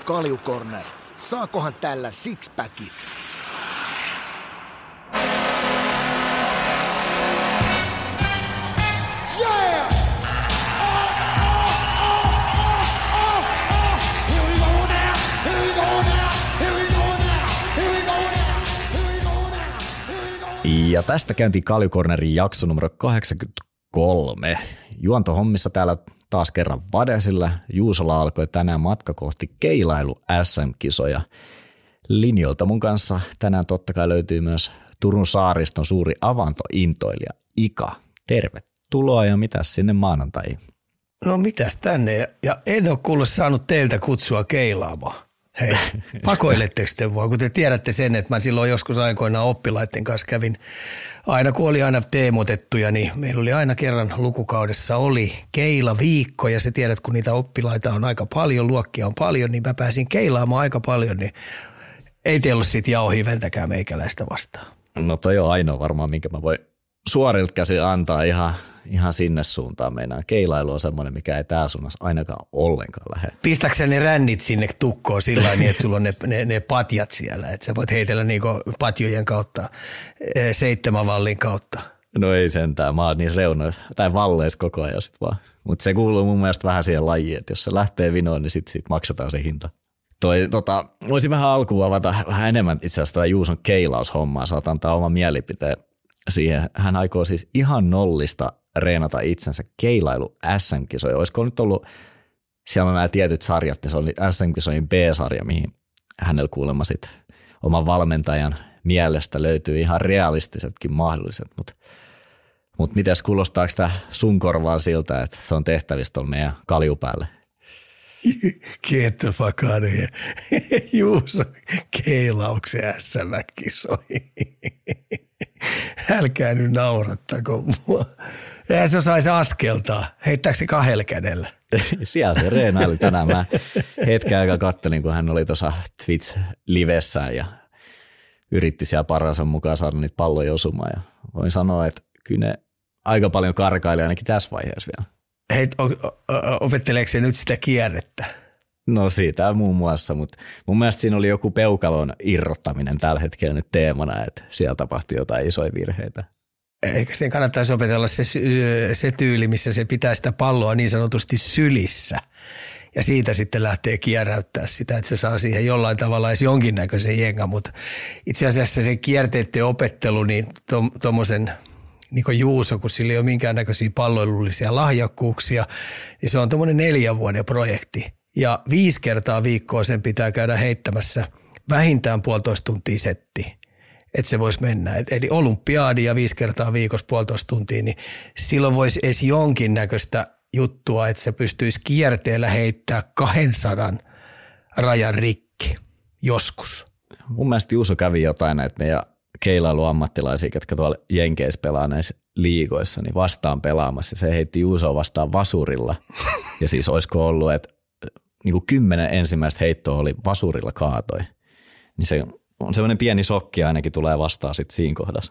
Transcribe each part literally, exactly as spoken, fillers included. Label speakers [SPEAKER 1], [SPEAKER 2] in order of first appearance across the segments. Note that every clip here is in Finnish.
[SPEAKER 1] Kalju Corner. Saakohan tällä sixpackin?
[SPEAKER 2] Ja tästä käyntiin Kalju Cornerin jakso numero kahdeksankymmentäkolme. Juontohommissa täällä taas kerran Vadesilla. Juusolla alkoi tänään matka kohti keilailu S M-kisoja. Linjoilta mun kanssa tänään totta kai löytyy myös Turun saariston suuri avantointoilija Ika. Tervetuloa ja mitäs sinne maanantaihin?
[SPEAKER 3] No mitäs tänne? Ja en ole kuullut saanut teiltä kutsua keilaamaan. Hei, pakoiletteko te mua? Kun te tiedätte sen, että mä silloin joskus aikoinaan oppilaiden kanssa kävin, aina kun oli aina teemotettuja, niin meillä oli aina kerran lukukaudessa oli keilaviikko, ja sä tiedät, kun niitä oppilaita on aika paljon, luokkia on paljon, niin mä pääsin keilaamaan aika paljon, niin ei teillä ollut siitä jauhiventäkään meikäläistä vastaan.
[SPEAKER 2] No toi on ainoa varmaan, minkä mä voin suorilta käsin antaa ihan, ihan sinne suuntaan. Meinaan keilailu on semmoinen, mikä ei tää suunnassa ainakaan ollenkaan lähde.
[SPEAKER 3] Pistäksä ne rännit sinne tukkoon sillä niin, että sulla on ne, ne, ne patjat siellä, että sä voit heitellä niinku patjojen kautta, seitsemän vallin kautta?
[SPEAKER 2] No ei sentään, mä oon niissä reunoissa tai valleissa koko ajan sit vaan. Mutta se kuuluu mun mielestä vähän siihen lajiin, että jos se lähtee vinoon, niin sit, sit maksataan se hinta. Toi, tota, voisin vähän alkuun avata vähän enemmän itse asiassa tätä Juuson keilaushommaa, saat antaa oman mielipiteen siihen. Hän aikoo siis ihan nollista reenata itsensä keilailu S M-kisoja. Olisiko nyt ollut siellä nämä tietyt sarjat, niin se oli S M-kisojen B-sarja, mihin hänellä kuulemma sitten oman valmentajan mielestä löytyy ihan realistisetkin mahdolliset. Mutta mut mites kuulostaako tämä sun korvaan siltä, että se on tehtävistä tuolla meidän kaljupäälle?
[SPEAKER 3] Get the fuck out of here. Juuso keilauksen S M-kisoihin. Älkää nyt naurattako mua. Eihän se osaisi askeltaa. Heittääkö se kahdella kädellä?
[SPEAKER 2] Siellä se reenaili tänään. Mä hetken aikaa kattelin, kun hän oli tuossa Twitch-livessään ja yritti siellä paransa mukaan saada niitä palloja osumaan. Ja voin sanoa, että kyllä ne aika paljon karkaili ainakin tässä vaiheessa vielä.
[SPEAKER 3] Hei, opetteleeko se nyt sitä kierrettä?
[SPEAKER 2] No siitä muun muassa, mutta mun mielestä siinä oli joku peukalon irrottaminen tällä hetkellä nyt teemana, että siellä tapahtui jotain isoja virheitä.
[SPEAKER 3] Eikö sen kannattaisi opetella se, se tyyli, missä se pitää sitä palloa niin sanotusti sylissä ja siitä sitten lähtee kieräyttää sitä, että se saa siihen jollain tavalla edes jonkinnäköisen jengan, mutta itse asiassa se kierteiden opettelu, niin tuommoisen niin kuin Juuso, kun sillä ei ole minkäännäköisiä palloilullisia lahjakkuuksia, niin se on tuommoinen neljän vuoden projekti. Ja viisi kertaa viikkoa sen pitää käydä heittämässä vähintään puolitoista tuntia setti, että se voisi mennä. Eli olympiaadi ja viisi kertaa viikossa puolitoista tuntia, niin silloin voisi edes jonkinnäköistä juttua, että se pystyisi kierteellä heittää kaksisataa rajan rikki joskus.
[SPEAKER 2] Mun mielestä Juuso kävi jotain näitä meidän keilailuammattilaisia, ketkä tuolla Jenkeissä pelaa näissä liigoissa, niin vastaan pelaamassa. Se heitti Juusoa vastaan vasurilla. Ja siis olisiko ollut, että niin kuin kymmenen ensimmäistä heittoa oli vasurilla kaatoi. Niin se on semmoinen pieni sokki ainakin tulee vastaan sitten siinä kohdassa.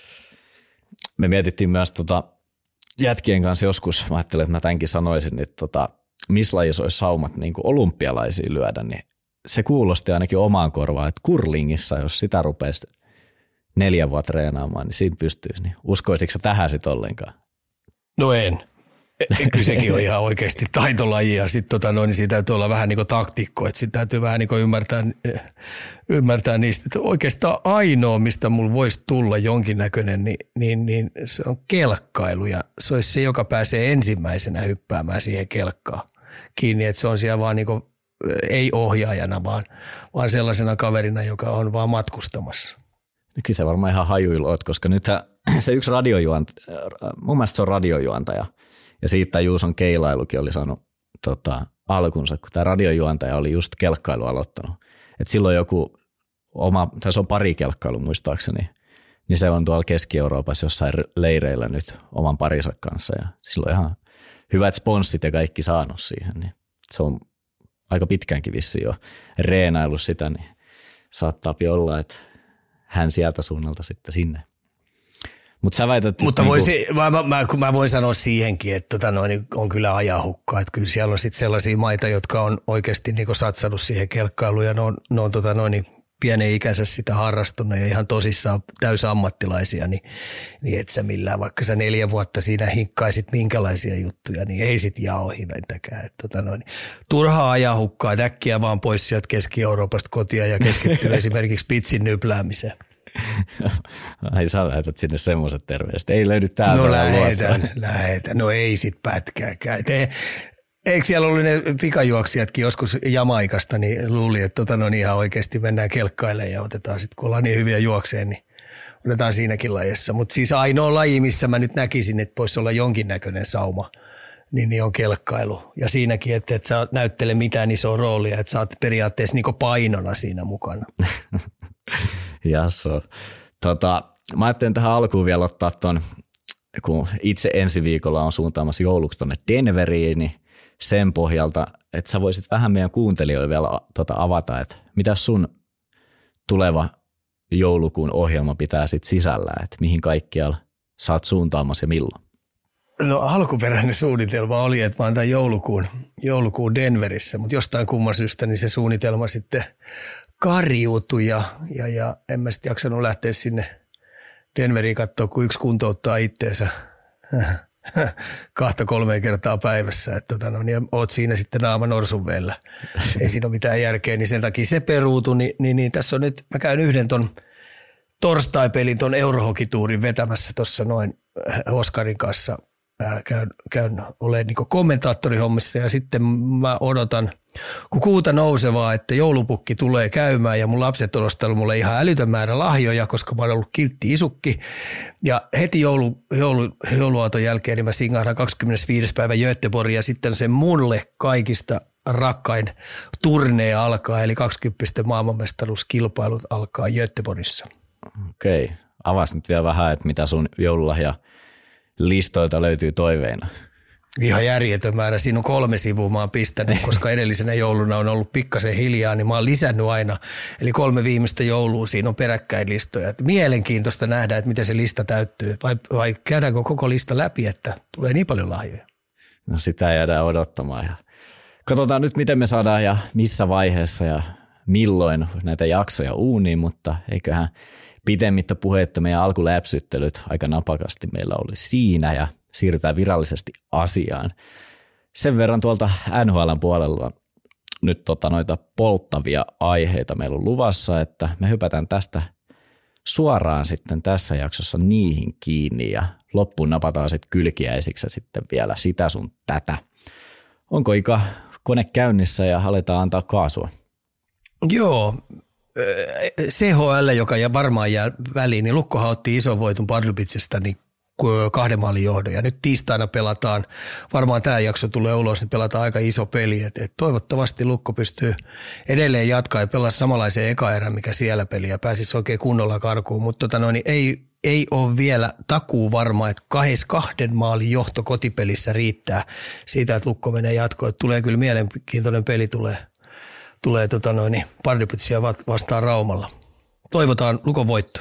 [SPEAKER 2] Me mietittiin myös tota jätkien kanssa joskus, mä ajattelin, että mä tämänkin sanoisin, että tota, missä lajissa olisi saumat niin kuin olympialaisiin lyödä, niin se kuulosti ainakin omaan korvaan, että curlingissa, jos sitä rupeisi neljä vuotta treenaamaan, niin siinä pystyisi. Niin uskoisitko sä tähän sitten ollenkaan?
[SPEAKER 3] No en. Kyllä sekin on ihan oikeasti taitolaji ja sitten tota noin, niin siitä täytyy olla vähän niin kuin taktiikko, että sitten täytyy vähän niin kuin ymmärtää, ymmärtää niistä. Että oikeastaan ainoa, mistä mulla voisi tulla jonkinnäköinen, niin, niin, niin se on kelkkailu ja se olisi se, joka pääsee ensimmäisenä hyppäämään siihen kelkkaan kiinni, että se on siellä vaan niin kuin, ei ohjaajana, vaan, vaan sellaisena kaverina, joka on vaan matkustamassa.
[SPEAKER 2] Kyllä se varmaan ihan hajuilu, koska nythän se yksi radiojuontaja, mun mielestä se on radiojuontaja, ja siitä Juuson keilailukin oli saanut tota, alkunsa, kun tämä radiojuontaja oli just kelkkailu aloittanut. Et silloin joku oma, tässä on pari kelkkailu muistaakseni, niin se on tuolla Keski-Euroopassa jossain leireillä nyt oman parinsa kanssa, ja silloin ihan hyvät sponssit ja kaikki saanut siihen, niin se on aika pitkäänkin vissiin jo reenailu sitä, niin saattaa olla, että hän sieltä suunnalta sitten sinne. Mutta sä väität,
[SPEAKER 3] Mutta
[SPEAKER 2] niinku...
[SPEAKER 3] voisi, mä, mä, mä, mä voin sanoa siihenkin, että tota noin, on kyllä ajahukkaa. Että kyllä siellä on sitten sellaisia maita, jotka on oikeasti niinku satsannut siihen kelkkailuun ja ne on, ne on tota noin, pienen ikänsä sitä harrastunut ja ihan tosissaan täysammattilaisia, niin, niin et sä millään, vaikka sä neljä vuotta siinä hinkkaisit minkälaisia juttuja, niin ei sit jaa ohiventäkään. Tota noin, turhaa ajahukkaa, äkkiä vaan pois sieltä Keski-Euroopasta kotia ja keskittyy esimerkiksi pitsin nypläämiseen.
[SPEAKER 2] Ai sä lähetät sinne semmoiset terveiset. Ei löydy täältä.
[SPEAKER 3] No lähetän, lähetän. No ei sit pätkääkään. Te, eikö siellä ollut ne pikajuoksijatkin joskus Jamaikasta, niin luuli, että tota, no niin ihan oikeasti mennään kelkkailemaan ja otetaan sitten, kun ollaan niin hyviä juokseen, niin otetaan siinäkin lajissa. Mutta siis ainoa laji, missä mä nyt näkisin, että voisi olla jonkinnäköinen sauma, niin, niin on kelkkailu. Ja siinäkin, että et sä näyttele mitään isoa roolia, että sä oot periaatteessa niinku painona siinä mukana.
[SPEAKER 2] Jasso. Tota, mä ajattelin tähän alkuun vielä ottaa ton, kun itse ensi viikolla on suuntaamassa jouluksi tonne Denveriin, niin sen pohjalta, että sä voisit vähän meidän kuuntelijoille vielä tota avata, että mitä sun tuleva joulukuun ohjelma pitää sit sisällään, että mihin kaikkialla sä oot suuntaamassa ja milloin?
[SPEAKER 3] No alkuperäinen suunnitelma oli, että mä oon tämän joulukuun, joulukuun Denverissä, mutta jostain kumman syystä niin se suunnitelma sitten karjuutui ja, ja, ja en mä sitten jaksanut lähteä sinne Denveriin katsoa, kun yksi kuntouttaa itteensä kahta kolmeen kertaa päivässä, että tota, no, niin oot siinä sitten naama norsun veellä. Ei siinä ole mitään järkeä, niin sen takia se peruutui, niin, niin, niin tässä on nyt, mä käyn yhden ton torstaipelin ton Eurohokituurin vetämässä tuossa noin Oskarin kanssa. Ää, käyn, käyn olemaan niin kommentaattorihommissa ja sitten mä odotan, kun kuuta nousevaa, että joulupukki tulee käymään ja mun lapset on ostanut mulle ihan älytön määrä lahjoja, koska mä oon ollut kiltti isukki. Ja heti joulu, joulu, jouluaaton jälkeen niin mä singahdan kahdeskymmenesviides päivä Göteborgin ja sitten se mulle kaikista rakkain turnee alkaa, eli kaksikymppisten maailmanmestaruuskilpailut alkaa Göteborgissa.
[SPEAKER 2] Okei, avas nyt vielä vähän, että mitä sun joululahja listoilta löytyy toiveina.
[SPEAKER 3] Ihan järjetön määrä. Siinä on kolme sivua mä oon pistänyt, koska edellisenä jouluna on ollut pikkasen hiljaa, niin mä oon lisännyt aina. Eli kolme viimeistä joulua siinä on peräkkäin listoja. Että mielenkiintoista nähdä, että miten se lista täyttyy. Vai, vai käydäänkö koko lista läpi, että tulee niin paljon lahjoja?
[SPEAKER 2] No sitä jäädään odottamaan. Ja katsotaan nyt, miten me saadaan ja missä vaiheessa ja milloin näitä jaksoja uuniin, mutta eiköhän pitemmittä puheitta meidän alkuläpsyttelyt aika napakasti meillä oli siinä ja siirrytään virallisesti asiaan. Sen verran tuolta N H L:n puolella nyt tota noita polttavia aiheita meillä on luvassa, että me hypätään tästä suoraan sitten tässä jaksossa niihin kiinni ja loppuun napataan sitten kylkiäisiksi sitten vielä sitä sun tätä. Onko Ika kone käynnissä ja aletaan antaa kaasua?
[SPEAKER 3] Joo. C H L, joka varmaan jää väliin, niin Lukkohan otti ison voiton Pardubicesta niin kahden maalin johdon. Ja nyt tiistaina pelataan, varmaan tämä jakso tulee ulos, niin pelataan aika iso peli. Et, et toivottavasti Lukko pystyy edelleen jatkaa ja pelaa samanlaisen eka-erän, mikä siellä peli, ja pääsisi oikein kunnolla karkuun. Mutta tota niin ei, ei ole vielä takuu varma, että kahdessa kahden maalin johto kotipelissä riittää siitä, että Lukko menee jatkoon. Et tulee kyllä mielenkiintoinen peli, tulee tulee tota noin, Pardubicia vastaan Raumalla. Toivotaan Lukon voittoa.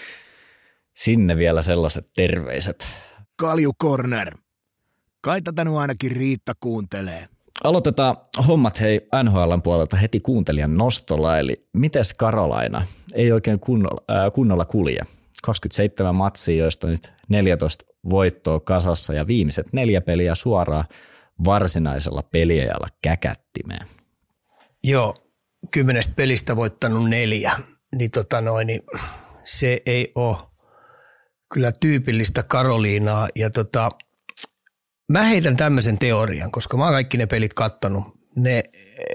[SPEAKER 2] Sinne vielä sellaiset terveiset.
[SPEAKER 1] Kalju Corner. Kai tätä nyt ainakin Riitta kuuntelee.
[SPEAKER 2] Aloitetaan hommat hei N H L:n puolelta heti kuuntelijan nostolla. Eli mites Carolina? Ei oikein kunnolla, äh, kunnolla kulje. kaksikymmentäseitsemän matsia, joista nyt neljätoista voittoa kasassa ja viimeiset neljä peliä suoraan varsinaisella peliajalla käkättimeen.
[SPEAKER 3] Joo, kymmenestä pelistä voittanut neljä, niin, tota noin, niin se ei ole kyllä tyypillistä Karoliinaa. Ja tota, mä heitän tämmöisen teorian, koska mä oon kaikki ne pelit kattonut, ne,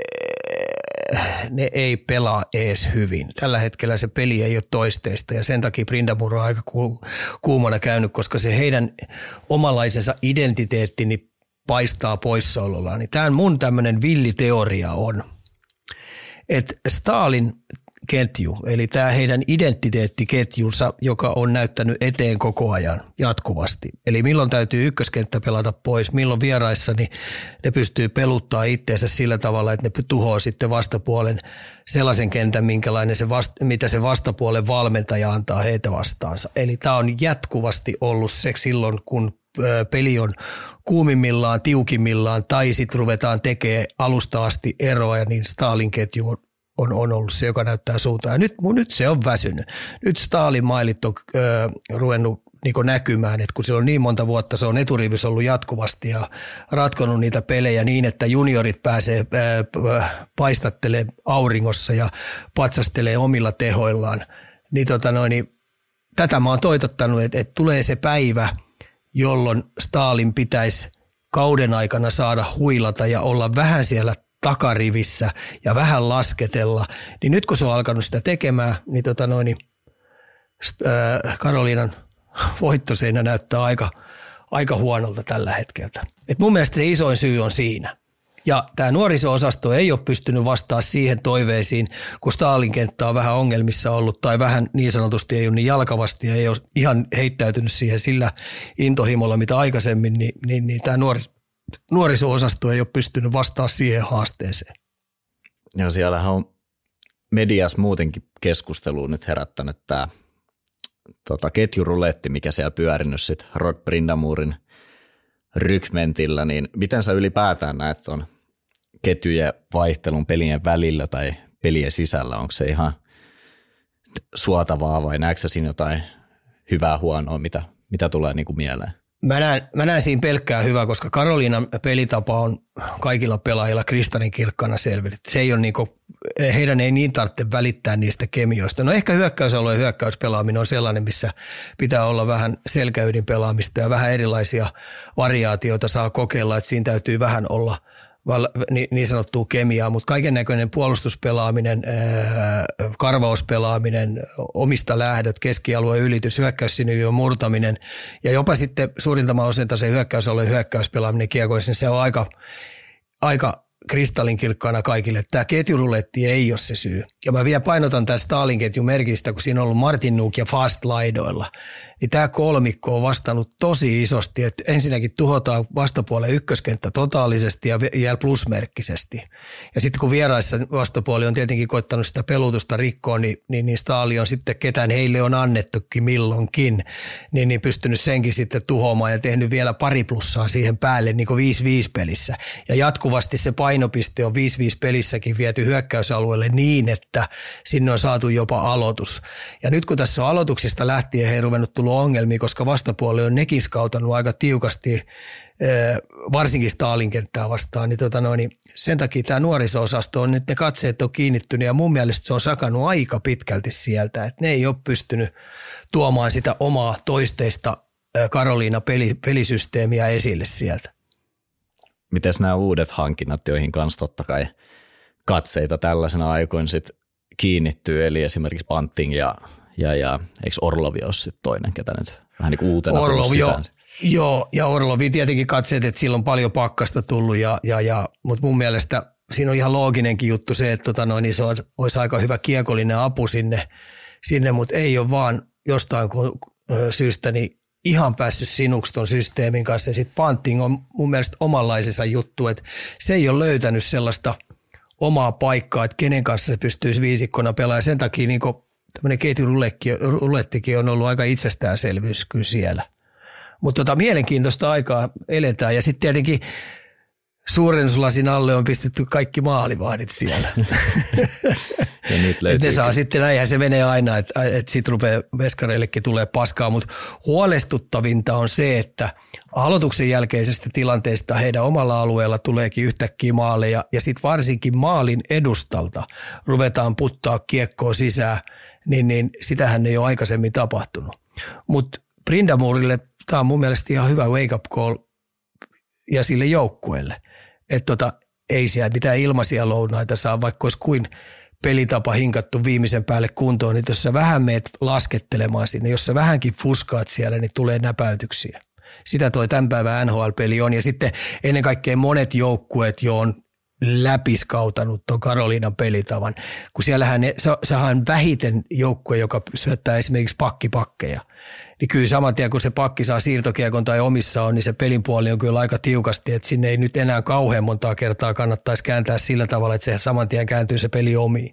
[SPEAKER 3] ne ei pelaa ees hyvin. Tällä hetkellä se peli ei ole toisteista ja sen takia Brindamur on aika kuumana käynyt, koska se heidän omanlaisensa identiteetti niin paistaa poissaolollaan. Niin tämä mun tämmöinen villiteoria on, että Stalin ketju, eli tämä heidän identiteettiketjunsa, joka on näyttänyt eteen koko ajan jatkuvasti. Eli milloin täytyy ykköskenttä pelata pois, milloin vieraissa, niin ne pystyy peluttaa itseensä sillä tavalla, että ne tuhoaa sitten vastapuolen sellaisen kentän, minkälainen se vasta, mitä se vastapuolen valmentaja antaa heitä vastaansa. Eli tämä on jatkuvasti ollut se silloin, kun peli on kuumimmillaan, tiukimmillaan tai sitten ruvetaan tekemään alusta asti eroa, ja niin Stalin ketju on On, on ollut se, joka näyttää suuntaan. Ja nyt, nyt se on väsynyt. Nyt Stalin mailit on ö, ruvennut niin näkymään, että kun se on niin monta vuotta, se on eturivissä ollut jatkuvasti ja ratkonut niitä pelejä niin, että juniorit pääsee ö, paistattelee auringossa ja patsastelee omilla tehoillaan. Niin, tota noin, niin tätä mä oon toitottanut, että, että tulee se päivä, jolloin Stalin pitäisi kauden aikana saada huilata ja olla vähän siellä takarivissä ja vähän lasketella, niin nyt kun se on alkanut sitä tekemään, niin, tota noin, niin äh, Karoliinan voittoseinä näyttää aika, aika huonolta tällä hetkellä. Et mun mielestä se isoin syy on siinä. Ja tämä nuoriso-osasto ei ole pystynyt vastaamaan siihen toiveisiin, kun Stalin kenttä on vähän ongelmissa ollut tai vähän niin sanotusti ei ole niin jalkavasti ja ei ole ihan heittäytynyt siihen sillä intohimolla, mitä aikaisemmin, niin, niin, niin tämä nuoriso nuoriso-osasto ei ole pystynyt vastaamaan siihen haasteeseen.
[SPEAKER 2] Ja siellähän on mediassa muutenkin keskusteluun nyt herättänyt tämä tota, ketjuruletti, mikä siellä pyörinyt sitten Rod Brindamurin rykmentillä, niin miten sä ylipäätään näet tuon ketjujen vaihtelun pelien välillä tai pelien sisällä? Onko se ihan suotavaa vai näetkö sä siinä jotain hyvää huonoa, mitä, mitä tulee niin kuin mieleen?
[SPEAKER 3] Mä näen, mä näen siinä pelkkää hyvää, koska Karoliinan pelitapa on kaikilla pelaajilla kristallinkirkkana selvinnyt. Se ei ole niinku, heidän ei niin tarvitse välittää niistä kemioista. No ehkä hyökkäysalue ja hyökkäyspelaaminen on sellainen, missä pitää olla vähän selkäydin pelaamista ja vähän erilaisia variaatioita saa kokeilla, että siinä täytyy vähän olla niin sanottua kemiaa, mutta kaiken näköinen puolustuspelaaminen, karvauspelaaminen, omista lähdöt, keskialueen ylitys, hyökkäyssinyjön murtaminen ja jopa sitten suurinta osalta se hyökkäysalueen hyökkäyspelaaminen kiekoissa, niin se on aika, aika kristallinkirkkaana kaikille. Tämä ketjuruletti ei ole se syy. Ja mä vielä painotan tämän Stalin ketjun merkistä, kun siinä on ollut Martin Nuk ja Fast laidoilla. Niin tämä kolmikko on vastannut tosi isosti, että ensinnäkin tuhotaan vastapuolen ykköskenttä totaalisesti ja vielä plusmerkkisesti. Ja sitten kun vieraissa vastapuoli on tietenkin koittanut sitä pelutusta rikkoa, niin, niin, niin Stali on sitten, ketään heille on annettukin milloinkin, niin, niin pystynyt senkin sitten tuhoamaan ja tehnyt vielä pari plussaa siihen päälle niin kuin viisi viisi pelissä. Ja jatkuvasti se painopiste on viisi viisi pelissäkin viety hyökkäysalueelle niin, että sinne on saatu jopa aloitus. Ja nyt kun tässä on aloituksista lähtien he ei ruvennut tullut ongelmia, koska vastapuoli on nekin skautanut aika tiukasti, varsinkin Stalin kenttää vastaan, niin, tota noin, niin sen takia tämä nuoriso-osasto on nyt ne katseet on kiinnittynyt ja mun mielestä se on sakannut aika pitkälti sieltä, että ne ei ole pystynyt tuomaan sitä omaa toisteista Karoliina peli, pelisysteemiä esille sieltä.
[SPEAKER 2] Mites nämä uudet hankinnat, joihin kanssa totta kai katseita tällaisena aikoina sit kiinnittyy, eli esimerkiksi Bunting ja Ja, ja eikö Orlovi ole sitten toinen, ketä nyt vähän niin kuin uutena tullut sisään?
[SPEAKER 3] Joo, ja Orlovi tietenkin katseet, että sillä on paljon pakkasta tullut, ja, ja, ja, mutta mun mielestä siinä on ihan looginenkin juttu se, että tota noin, niin se on, olisi aika hyvä kiekollinen apu sinne, sinne mutta ei ole vaan jostain syystä niin ihan päässyt sinuksi ton systeemin kanssa. Ja sitten Bunting on mun mielestä omanlaisensa juttu, että se ei ole löytänyt sellaista omaa paikkaa, että kenen kanssa se pystyisi viisikkona pelaamaan. Sen takia niin tämmöinen ketjurulettikin on ollut aika itsestäänselvyys kyllä siellä. Mutta tota, mielenkiintoista aikaa eletään ja sitten tietenkin suurennuslasin alle on pistetty kaikki maalivahdit siellä. Et ne saa sitten, näinhän se menee aina, että et sitten rupeaa veskareillekin tulee paskaa, mutta huolestuttavinta on se, että aloituksen jälkeisestä tilanteesta heidän omalla alueella tuleekin yhtäkkiä maaleja ja sitten varsinkin maalin edustalta ruvetaan puttaa kiekkoa sisään, niin, niin sitähän ei ole aikaisemmin tapahtunut. Mutta Brindamurille tämä on mun mielestä ihan hyvä wake-up call ja sille joukkueelle. Että tota, ei siellä mitään ilmaisia lounaita saa, vaikka olisi kuin pelitapa hinkattu viimeisen päälle kuntoon, niin jos sä vähän meet laskettelemaan sinne, jos sä vähänkin fuskaat siellä, niin tulee näpäytyksiä. Sitä toi tämän päivän N H L-peli on. Ja sitten ennen kaikkea monet joukkueet jo on läpiskautanut tuon Karoliinan pelitavan, kun siellähän ne, se, sehän on vähiten joukkue, joka syöttää esimerkiksi pakkipakkeja. Niin kyllä saman tien, kun se pakki saa siirtokiekon tai omissa on, niin se pelin puoli on kyllä aika tiukasti, että sinne ei nyt enää kauhean montaa kertaa kannattaisi kääntää sillä tavalla, että se saman tien kääntyy se peli omiin.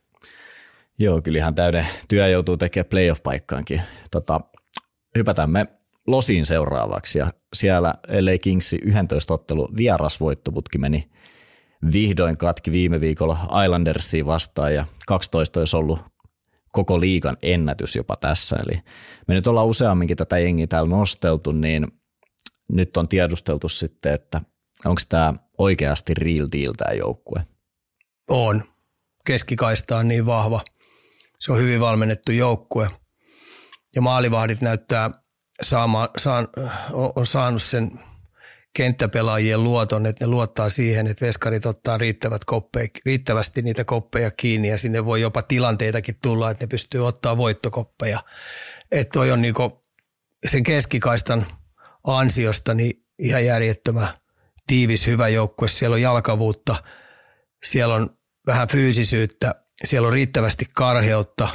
[SPEAKER 2] Joo, kyllä ihan täyden työ joutuu tekemään playoff-paikkaankin. Tota, hypätään me Losiin seuraavaksi ja siellä L A Kingsin yksitoista ottelu vierasvoittoputki meni vihdoin katki viime viikolla Islandersia vastaan ja kaksitoista olisi ollut koko liigan ennätys jopa tässä. Eli me nyt ollaan useamminkin tätä jengiä täällä nosteltu, niin nyt on tiedusteltu sitten, että onko tämä oikeasti real deal tämä joukkue?
[SPEAKER 3] On. Keskikaista on niin vahva. Se on hyvin valmennettu joukkue ja maalivahdit näyttää saama, saan, on saanut sen kenttäpelaajien luoton, että ne luottaa siihen, että veskarit ottaa riittävät koppeja, riittävästi niitä koppeja kiinni ja sinne voi jopa tilanteitakin tulla, että ne pystyy ottaa voittokoppeja. Että toi on niinku sen keskikaistan ansiosta niin ihan järjettömän tiivis hyvä joukkue. Siellä on jalkavuutta, siellä on vähän fyysisyyttä, siellä on riittävästi karheutta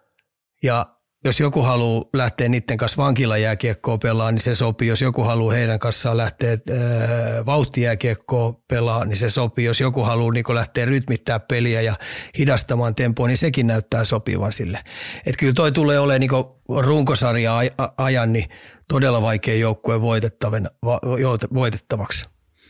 [SPEAKER 3] ja jos joku haluaa lähteä niiden kanssa vankilajääkiekkoa pelaamaan, niin se sopii. Jos joku haluaa heidän kanssaan lähteä äh, vauhtijääkiekkoa pelaamaan, niin se sopii. Jos joku haluaa niin lähteä rytmittää peliä ja hidastamaan tempoa, niin sekin näyttää sopivan sille. Että kyllä toi tulee olemaan niin runkosarja ajan niin todella vaikea joukkue voitettavaksi.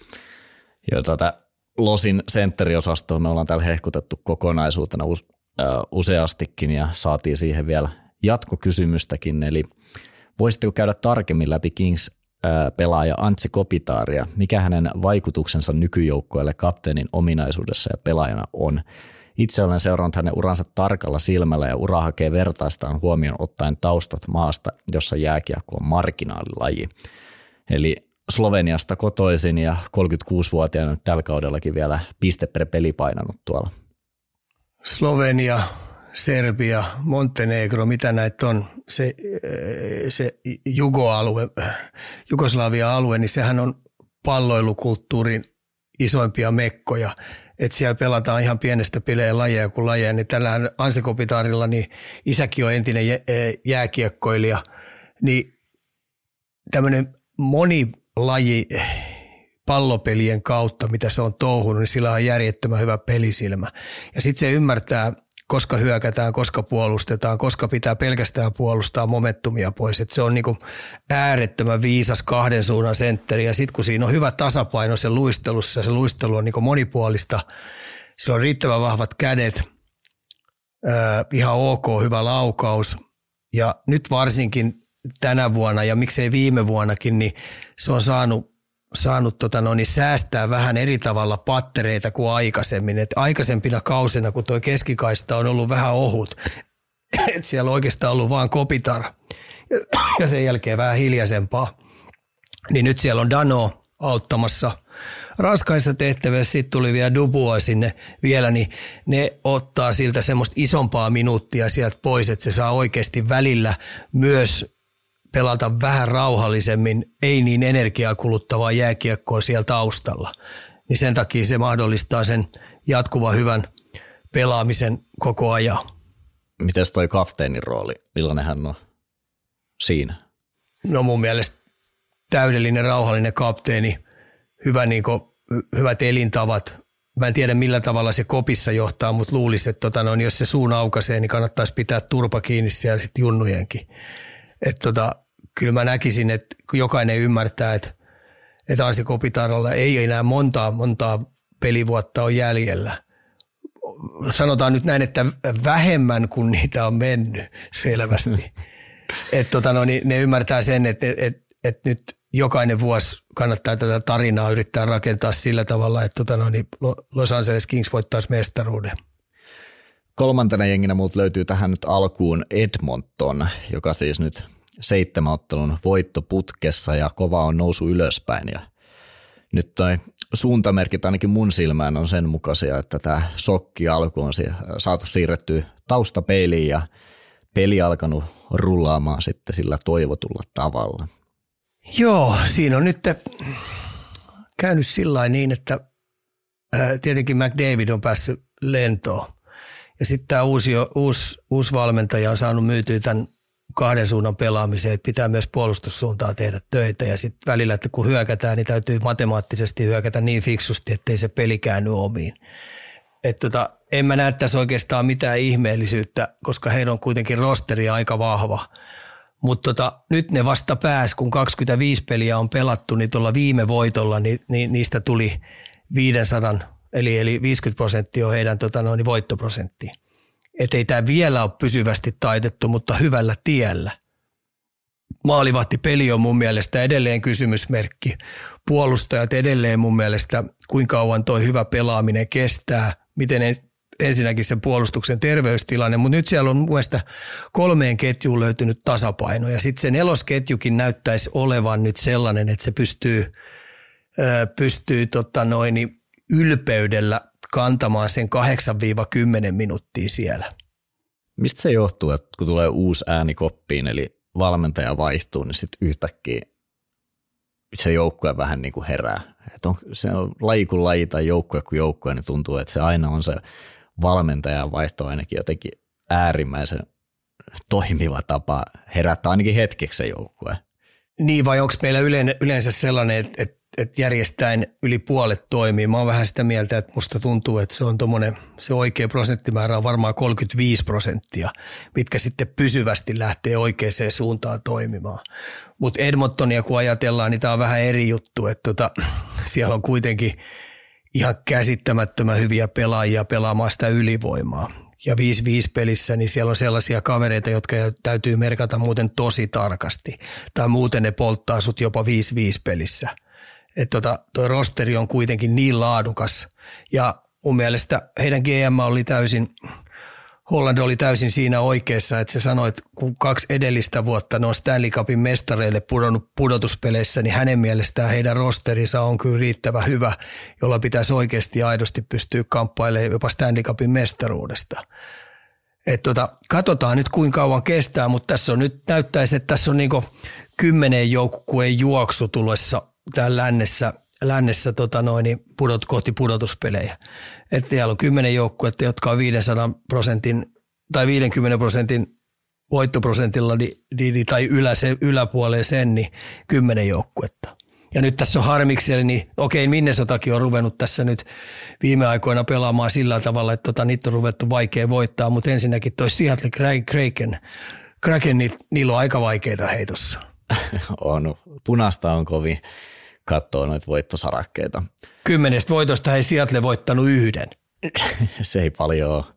[SPEAKER 2] Joo, tätä Losin sentteriosastoa me ollaan täällä hehkutettu kokonaisuutena useastikin ja saatiin siihen vielä jatkokysymystäkin, eli voisitteko käydä tarkemmin läpi Kings-pelaaja Antsi Kopitaaria, mikä hänen vaikutuksensa nykyjoukkueelle kapteenin ominaisuudessa ja pelaajana on? Itse olen seurannut hänen uransa tarkalla silmällä ja ura hakee vertaistaan huomioon ottaen taustat maasta, jossa jääkiekko on marginaalilaji. Eli Sloveniasta kotoisin ja kolmekymmentäkuusivuotiaana nyt tällä kaudellakin vielä piste per peli painanut tuolla.
[SPEAKER 3] Slovenia, Serbia, Montenegro, mitä näitä on, se, se Jugo-alue, Jugoslavia-alue, niin sehän on palloilukulttuurin isoimpia mekkoja. Että siellä pelataan ihan pienestä pileen lajeja kuin lajeja, niin tällähän Antsi Kopitaarilla, niin isäkin on entinen jääkiekkoilija, niin tämmöinen monilaji pallopelien kautta, mitä se on touhunut, niin sillä on järjettömän hyvä pelisilmä. Ja sitten se ymmärtää, koska hyökätään, koska puolustetaan, koska pitää pelkästään puolustaa momentumia pois. Et se on niinku äärettömän viisas kahden suunnan sentteri ja sitten kun siinä on hyvä tasapaino sen luistelussa ja se luistelu on niinku monipuolista, sillä on riittävän vahvat kädet, äh, ihan ok, hyvä laukaus ja nyt varsinkin tänä vuonna ja miksei viime vuonnakin, niin se on saanut saanut tota no, niin säästää vähän eri tavalla pattereita kuin aikaisemmin. Et aikaisempina kausina, kun tuo keskikaista on ollut vähän ohut, että siellä on oikeastaan ollut vaan Kopitar ja sen jälkeen vähän hiljaisempaa, niin nyt siellä on Dano auttamassa raskaissa tehtävissä. Sitten tuli vielä Dubua sinne vielä, niin ne ottaa siltä semmoista isompaa minuuttia sieltä pois, että se saa oikeasti välillä myös pelata vähän rauhallisemmin, ei niin energiaa kuluttavaa jääkiekkoa siellä taustalla. Niin sen takia se mahdollistaa sen jatkuvan hyvän pelaamisen koko ajan.
[SPEAKER 2] Mites toi kapteenin rooli? Millainen hän on siinä?
[SPEAKER 3] No mun mielestä täydellinen rauhallinen kapteeni, hyvä niinku, hyvät elintavat. Mä en tiedä millä tavalla se kopissa johtaa, mutta luulisin, että tota, no, jos se suun aukaisee, niin kannattaisi pitää turpa kiinni siellä sitten junnujenkin. Että tota, kyllä mä näkisin, että jokainen ymmärtää, että, että Antsi Kopitaralla ei enää montaa, montaa pelivuotta ole jäljellä. Sanotaan nyt näin, että vähemmän kuin niitä on mennyt selvästi. että tota, no, niin ne ymmärtää sen, että, että, että, että nyt jokainen vuosi kannattaa tätä tarinaa yrittää rakentaa sillä tavalla, että tota, no, niin Los Angeles Kings voittaisi mestaruuden.
[SPEAKER 2] Kolmantena jenginä multa löytyy tähän nyt alkuun Edmonton, joka siis nyt seitsemän ottelun voittoputkessa ja kova on nousu ylöspäin. Ja nyt toi suuntamerkit ainakin mun silmään on sen mukaisia, että tämä shokki alku on saatu siirrettyä taustapeiliin ja peli alkanut rullaamaan sitten sillä toivotulla tavalla.
[SPEAKER 3] Joo, siinä on nyt käynyt sillain niin, että ää, tietenkin McDavid on päässyt lentoon. Ja sitten tämä uusi, uusi, uusi valmentaja on saanut myytyä tämän kahden suunnan pelaamiseen, että pitää myös puolustussuuntaa tehdä töitä. Ja sitten välillä, että kun hyökätään, niin täytyy matemaattisesti hyökätä niin fiksusti, ettei se peli käänny omiin. Että tota, en mä näe tässä oikeastaan mitään ihmeellisyyttä, koska heillä on kuitenkin rosteri aika vahva. Mutta tota, nyt ne vasta pääs, kun kaksikymmentäviisi peliä on pelattu, niin tuolla viime voitolla niin, niin niistä tuli viisisataa, eli, eli viisikymmentä prosenttia on heidän tota, noin, voittoprosentti. Että ei tämä vielä ole pysyvästi taitettu, mutta hyvällä tiellä. Maalivahtipeli on mun mielestä edelleen kysymysmerkki. Puolustajat edelleen mun mielestä, kuinka kauan toi hyvä pelaaminen kestää, miten ensinnäkin sen puolustuksen terveystilanne, mutta nyt siellä on mun mielestä kolmeen ketjuun löytynyt tasapaino ja sitten se nelosketjukin näyttäisi olevan nyt sellainen, että se pystyy, ää, pystyy tota noin, ylpeydellä kantamaan sen kahdeksan kymmenen minuuttia siellä.
[SPEAKER 2] Mistä se johtuu, että kun tulee uusi ääni koppiin, eli valmentaja vaihtuu, niin sitten yhtäkkiä se joukkue vähän niin kuin herää. Et on, se on laji kuin laji tai joukkue kuin joukkue, niin tuntuu, että se aina on se valmentajan vaihto ainakin jotenkin äärimmäisen toimiva tapa herättää ainakin hetkeksi se joukkue.
[SPEAKER 3] Niin, vai onko meillä yleensä sellainen, että, että, että järjestäen yli puolet toimii? Mä oon vähän sitä mieltä, että musta tuntuu, että se on tommonen, se oikea prosenttimäärä on varmaan kolmekymmentäviisi prosenttia, mitkä sitten pysyvästi lähtee oikeaan suuntaan toimimaan. Mutta Edmontonia kun ajatellaan, niin tämä on vähän eri juttu, että tota, siellä on kuitenkin ihan käsittämättömän hyviä pelaajia pelaamaan sitä ylivoimaa. Ja viisi viisi pelissä, niin siellä on sellaisia kavereita, jotka täytyy merkata muuten tosi tarkasti. Tai muuten ne polttaa sut jopa viisi viisi pelissä. Että tota, toi rosteri on kuitenkin niin laadukas. Ja mun mielestä heidän G M oli täysin, Holland oli täysin siinä oikeassa, että se sanoi, että kun kaksi edellistä vuotta ne on Stanley Cupin mestareille pudonnut pudotuspeleissä, niin hänen mielestään heidän rosterinsa on kyllä riittävän hyvä, jolla pitäisi oikeasti aidosti pystyä kamppailemaan jopa Stanley Cupin mestaruudesta. Et tota, katsotaan nyt kuinka kauan kestää, mutta tässä on nyt näyttäisi, että tässä on niinku kymmenen joukkueen juoksu tulossa täällä lännessä, lännessä tota noin, pudot, kohti pudotuspelejä. Että siellä on kymmenen joukkuetta, jotka on viisisataa prosentin tai viisikymmentä prosentin voittoprosentilla tai ylä, se, yläpuoleen sen, niin kymmenen joukkuetta. Ja nyt tässä on harmikseli, niin okei, Minnesotakin on ruvennut tässä nyt viime aikoina pelaamaan sillä tavalla, että tota, niitä on ruvettu vaikea voittaa, mutta ensinnäkin toi Seattle Kraken, Kraken niin, niillä on aika vaikeita heitossa.
[SPEAKER 2] On, punaista on kovin katsoa noita voittosarakkeita.
[SPEAKER 3] Kymmenestä voitosta ei Seattle voittanut yhden.
[SPEAKER 2] Se ei paljon ole.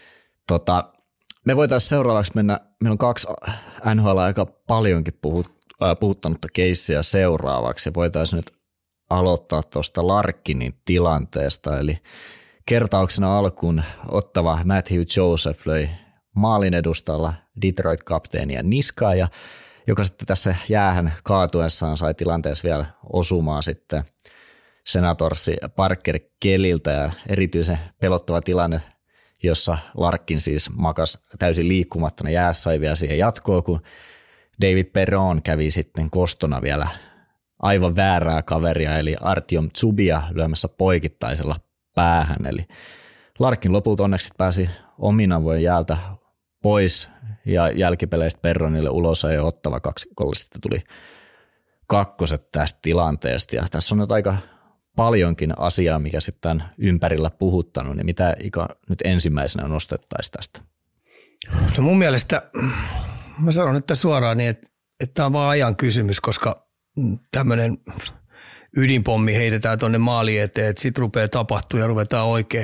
[SPEAKER 2] Tota, me voitaisiin seuraavaksi mennä, meillä on kaksi N H L aika paljonkin puhut, äh, puhuttanutta keissiä seuraavaksi. Ja voitaisiin nyt aloittaa tuosta Larkinin tilanteesta. Eli kertauksena alkuun Ottava Matthew Joseph löi maalin edustalla Detroit-kapteenia niskaa ja joka sitten tässä jäähän kaatuessaan sai tilanteessa vielä osumaan sitten senatorsi Parker Kelliltä ja erityisen pelottava tilanne, jossa Larkin siis makas täysin liikkumattona jäässä, sai vielä siihen jatkoon, kun David Perron kävi sitten kostona vielä aivan väärää kaveria, eli Artyom Zubia lyömässä poikittaisella päähän. Eli Larkin lopulta onneksi pääsi omin avoin jäältä pois ja jälkipeleistä Perronille ulos ja Ottava kaksikolle sitten tuli kakkoset tästä tilanteesta. Ja tässä on nyt aika paljonkin asiaa, mikä sitten tämän ympärillä puhuttanut, niin mitä Ika nyt ensimmäisenä nostettaisiin tästä?
[SPEAKER 3] No mun mielestä, mä sanon nyt suoraan niin, että, että tämä on vaan ajan kysymys, koska tämmöinen ydinpommi heitetään tuonne maaliin eteen, että sitten rupeaa tapahtua ja ruvetaan oikein,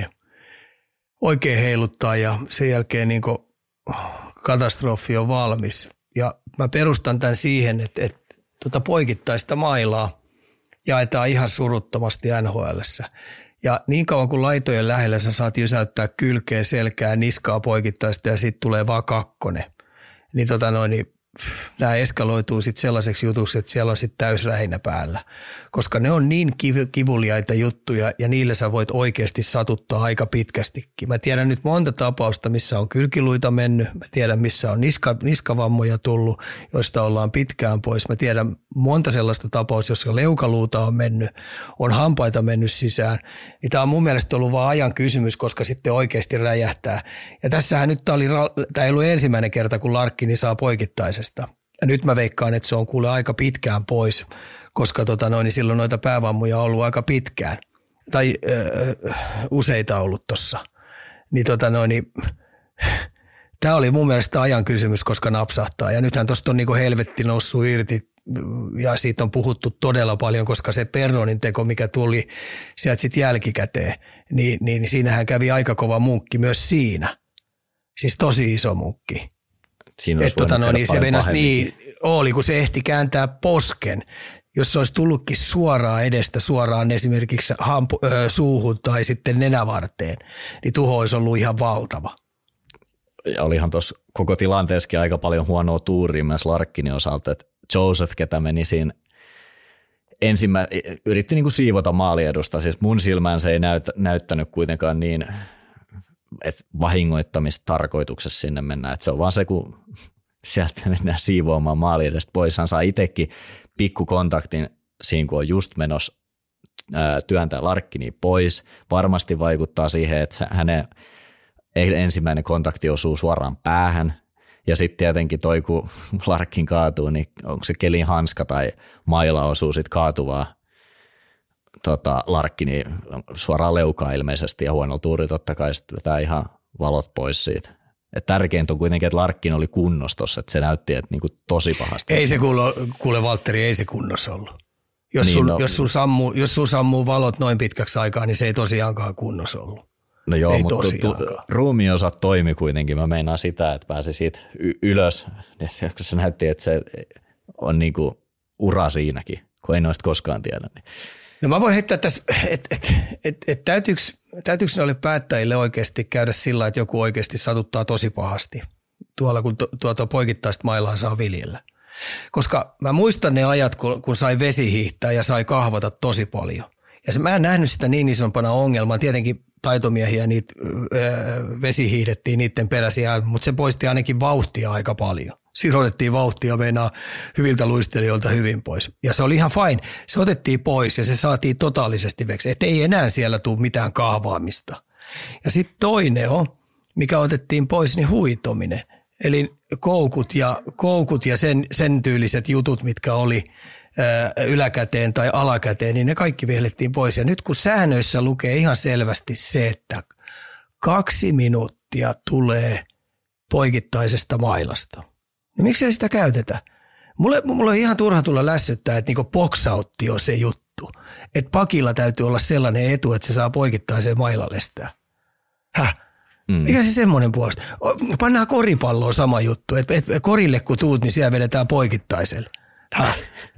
[SPEAKER 3] oikein heiluttaa ja sen jälkeen niin kuin katastrofi on valmis. Ja mä perustan tämän siihen, että, että tuota poikittaista mailaa jaetaan ihan suruttomasti N H L:ssä. Ja niin kauan kuin laitojen lähellä sä saat jysäyttää kylkeä, selkää, niskaa poikittaista ja sitten tulee vaan kakkonen. Niin, tota noin, niin nämä eskaloituu sitten sellaiseksi jutuksi, että siellä on sitten täysrähinä päällä. Koska ne on niin kivuliaita juttuja ja niillä sä voit oikeasti satuttaa aika pitkästikin. Mä tiedän nyt monta tapausta, missä on kylkiluita mennyt. Mä tiedän, missä on niska, niskavammoja tullut, joista ollaan pitkään pois. Mä tiedän monta sellaista tapausta, jossa leukaluuta on mennyt, on hampaita mennyt sisään. Niin tää on mun mielestä ollut vaan ajan kysymys, koska sitten oikeasti räjähtää. Ja tässähän nyt tää oli, tää ei ollut ensimmäinen kerta, kun Larkkini saa poikittaisesta. Ja nyt mä veikkaan, että se on kuule aika pitkään pois, koska tota noin, niin silloin noita päävammoja on ollut aika pitkään. Tai öö, useita ollut tossa. Niin tota noin, niin, tää oli mun mielestä ajan kysymys, koska napsahtaa. Ja nythän tosta on niinku helvetti noussut irti ja siitä on puhuttu todella paljon, koska se Pernonin teko, mikä tuli sieltä sitten jälkikäteen, niin, niin siinähän kävi aika kova munkki myös siinä. Siis tosi iso munkki.
[SPEAKER 2] Että
[SPEAKER 3] tota no, niin se venäs niin, oli kun se ehti kääntää posken. Jos se olisi tullutkin suoraan edestä suoraan esimerkiksi hampu, ö, suuhun tai sitten nenävarteen, niin tuho olisi ollut ihan valtava.
[SPEAKER 2] Ja olihan tuossa koko tilanteessakin aika paljon huonoa tuuria myös Larkkinin osalta, että Joseph, ketä meni siinä ensimmä, yritti niinku siivota maaliedusta. Siis mun silmään se ei näyt, näyttänyt kuitenkaan niin, että vahingoittamista tarkoituksessa sinne mennään. Että se on vaan se, kun sieltä mennään siivoamaan maaliedestä pois. Hän saa itsekin pikkukontaktin siinä, kun on just menossa ää, työntää Larkkinia pois. Varmasti vaikuttaa siihen, että hänen ensimmäinen kontakti osuu suoraan päähän. Ja sitten tietenkin toi, kun Larkkin kaatuu, niin onko se kelin hanska tai maila osuu sitten kaatuvaa tota, Larkki, niin suoraan leukaa ilmeisesti ja huonolla tuuri totta kai sitten vetää ihan valot pois siitä. Et tärkeintä on kuitenkin, että Larkkin oli kunnossa tossa, että se näytti, että niinku tosi pahasti.
[SPEAKER 3] Ei se kuule, kuule Valtteri, ei se kunnossa ollut. Jos,
[SPEAKER 2] niin,
[SPEAKER 3] sul,
[SPEAKER 2] no,
[SPEAKER 3] jos, sul sammuu, jos sul sammuu valot noin pitkäksi aikaa, niin se ei tosiaankaan kunnossa ollut.
[SPEAKER 2] No joo,
[SPEAKER 3] ei
[SPEAKER 2] mutta tu, ruumiinosat toimi kuitenkin. Mä meinaan sitä, että pääsi siitä y- ylös. Se näytti, että se on niinku ura siinäkin, kun ei noista koskaan tiedä. Niin.
[SPEAKER 3] No mä voin heittää tässä, että et, et, et täytyykö, täytyykö noille päättäjille oikeasti käydä sillä, että joku oikeasti satuttaa tosi pahasti tuolla, kun tuota poikittaista mailaa saa viljellä. Koska mä muistan ne ajat, kun, kun sai vesihiihtää ja sai kahvata tosi paljon. Ja se, mä en nähnyt sitä niin isompana ongelmaa. Tietenkin taitomiehiä niitä öö, vesihiihdettiin niiden peräsiä, mutta se poisti ainakin vauhtia aika paljon. Sirotettiin vauhtia meinaa hyviltä luistelijoilta hyvin pois. Ja se oli ihan fine. Se otettiin pois ja se saatiin totaalisesti veksi. Että ei enää siellä tule mitään kahvaamista. Ja sitten toinen on, mikä otettiin pois, niin huitominen. Eli koukut ja, koukut ja sen, sen tyyliset jutut, mitkä oli ää, yläkäteen tai alakäteen, niin ne kaikki vihellettiin pois. Ja nyt kun säännöissä lukee ihan selvästi se, että kaksi minuuttia tulee poikittaisesta mailasta. No miksei sitä käytetä? Mulle, mulle on ihan turha tulla lässyttää, että niinku box-outti on se juttu. Että pakilla täytyy olla sellainen etu, että se saa poikittaiseen mailalestään. Häh? Mm. Mikä se semmoinen puolesta? Pannaan koripalloon sama juttu. Että et, korille kun tuut, niin siellä vedetään poikittaiselle. Häh?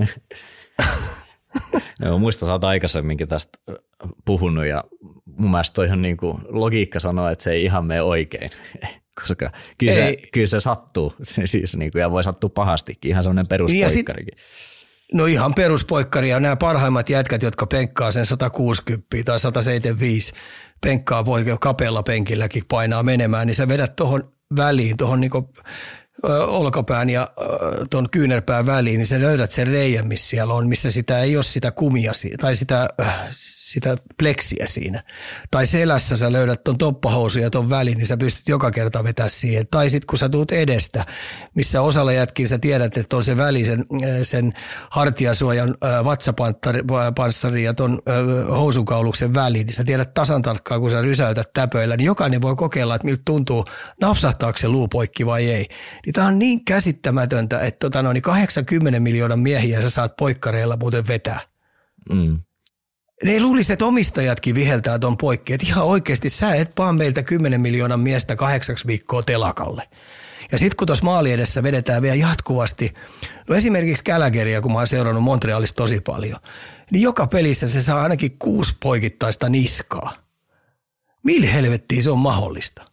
[SPEAKER 2] No, muista sä oot aikaisemminkin tästä puhunut ja mun mielestä toi on niinku logiikka sanoa, että se ei ihan mene oikein. Koska kyllä se, kyllä se sattuu, siis niin kuin, ja voi sattua pahastikin, ihan semmoinen peruspoikkarikin.
[SPEAKER 3] No ihan peruspoikkari, ja nämä parhaimmat jätkät, jotka penkkaa sen sata kuusikymmentä tai sata seitsemänkymmentäviisi, penkkaa poikia kapealla penkilläkin painaa menemään, niin sä vedät tuohon väliin, tuohon niin olkapään ja tuon kyynärpään väliin, niin sä löydät sen reijän, missä siellä on, missä sitä ei ole sitä kumia tai sitä, sitä pleksiä siinä. Tai selässä sä löydät tuon toppahousun ja tuon väliin, niin sä pystyt joka kerta vetämään siihen. Tai sitten kun sä tuut edestä, missä osalla jätkin sä tiedät, että on se väli sen, sen hartiasuojan vatsapanssari ja tuon housukauluksen väliin, niin sä tiedät tasan tarkkaan, kun sä rysäytät täpöillä, niin jokainen voi kokeilla, että miltä tuntuu, napsahtaako se luu poikki vai ei. Niin tämä on niin käsittämätöntä, että tota, no, niin kahdeksankymmentä miljoonan miehiä sä saat poikkareilla muuten vetää. Mm. Ne ei luulisi, että omistajatkin viheltää ton poikki. Että ihan oikeasti sä et vaan meiltä kymmenen miljoonan miestä kahdeksaksi viikkoa telakalle. Ja sitten kun tuossa maali edessä vedetään vielä jatkuvasti, no esimerkiksi Gallagheria, kun mä oon seurannut Montrealista tosi paljon, niin joka pelissä se saa ainakin kuusi poikittaista niskaa. Millä helvettiin se on mahdollista?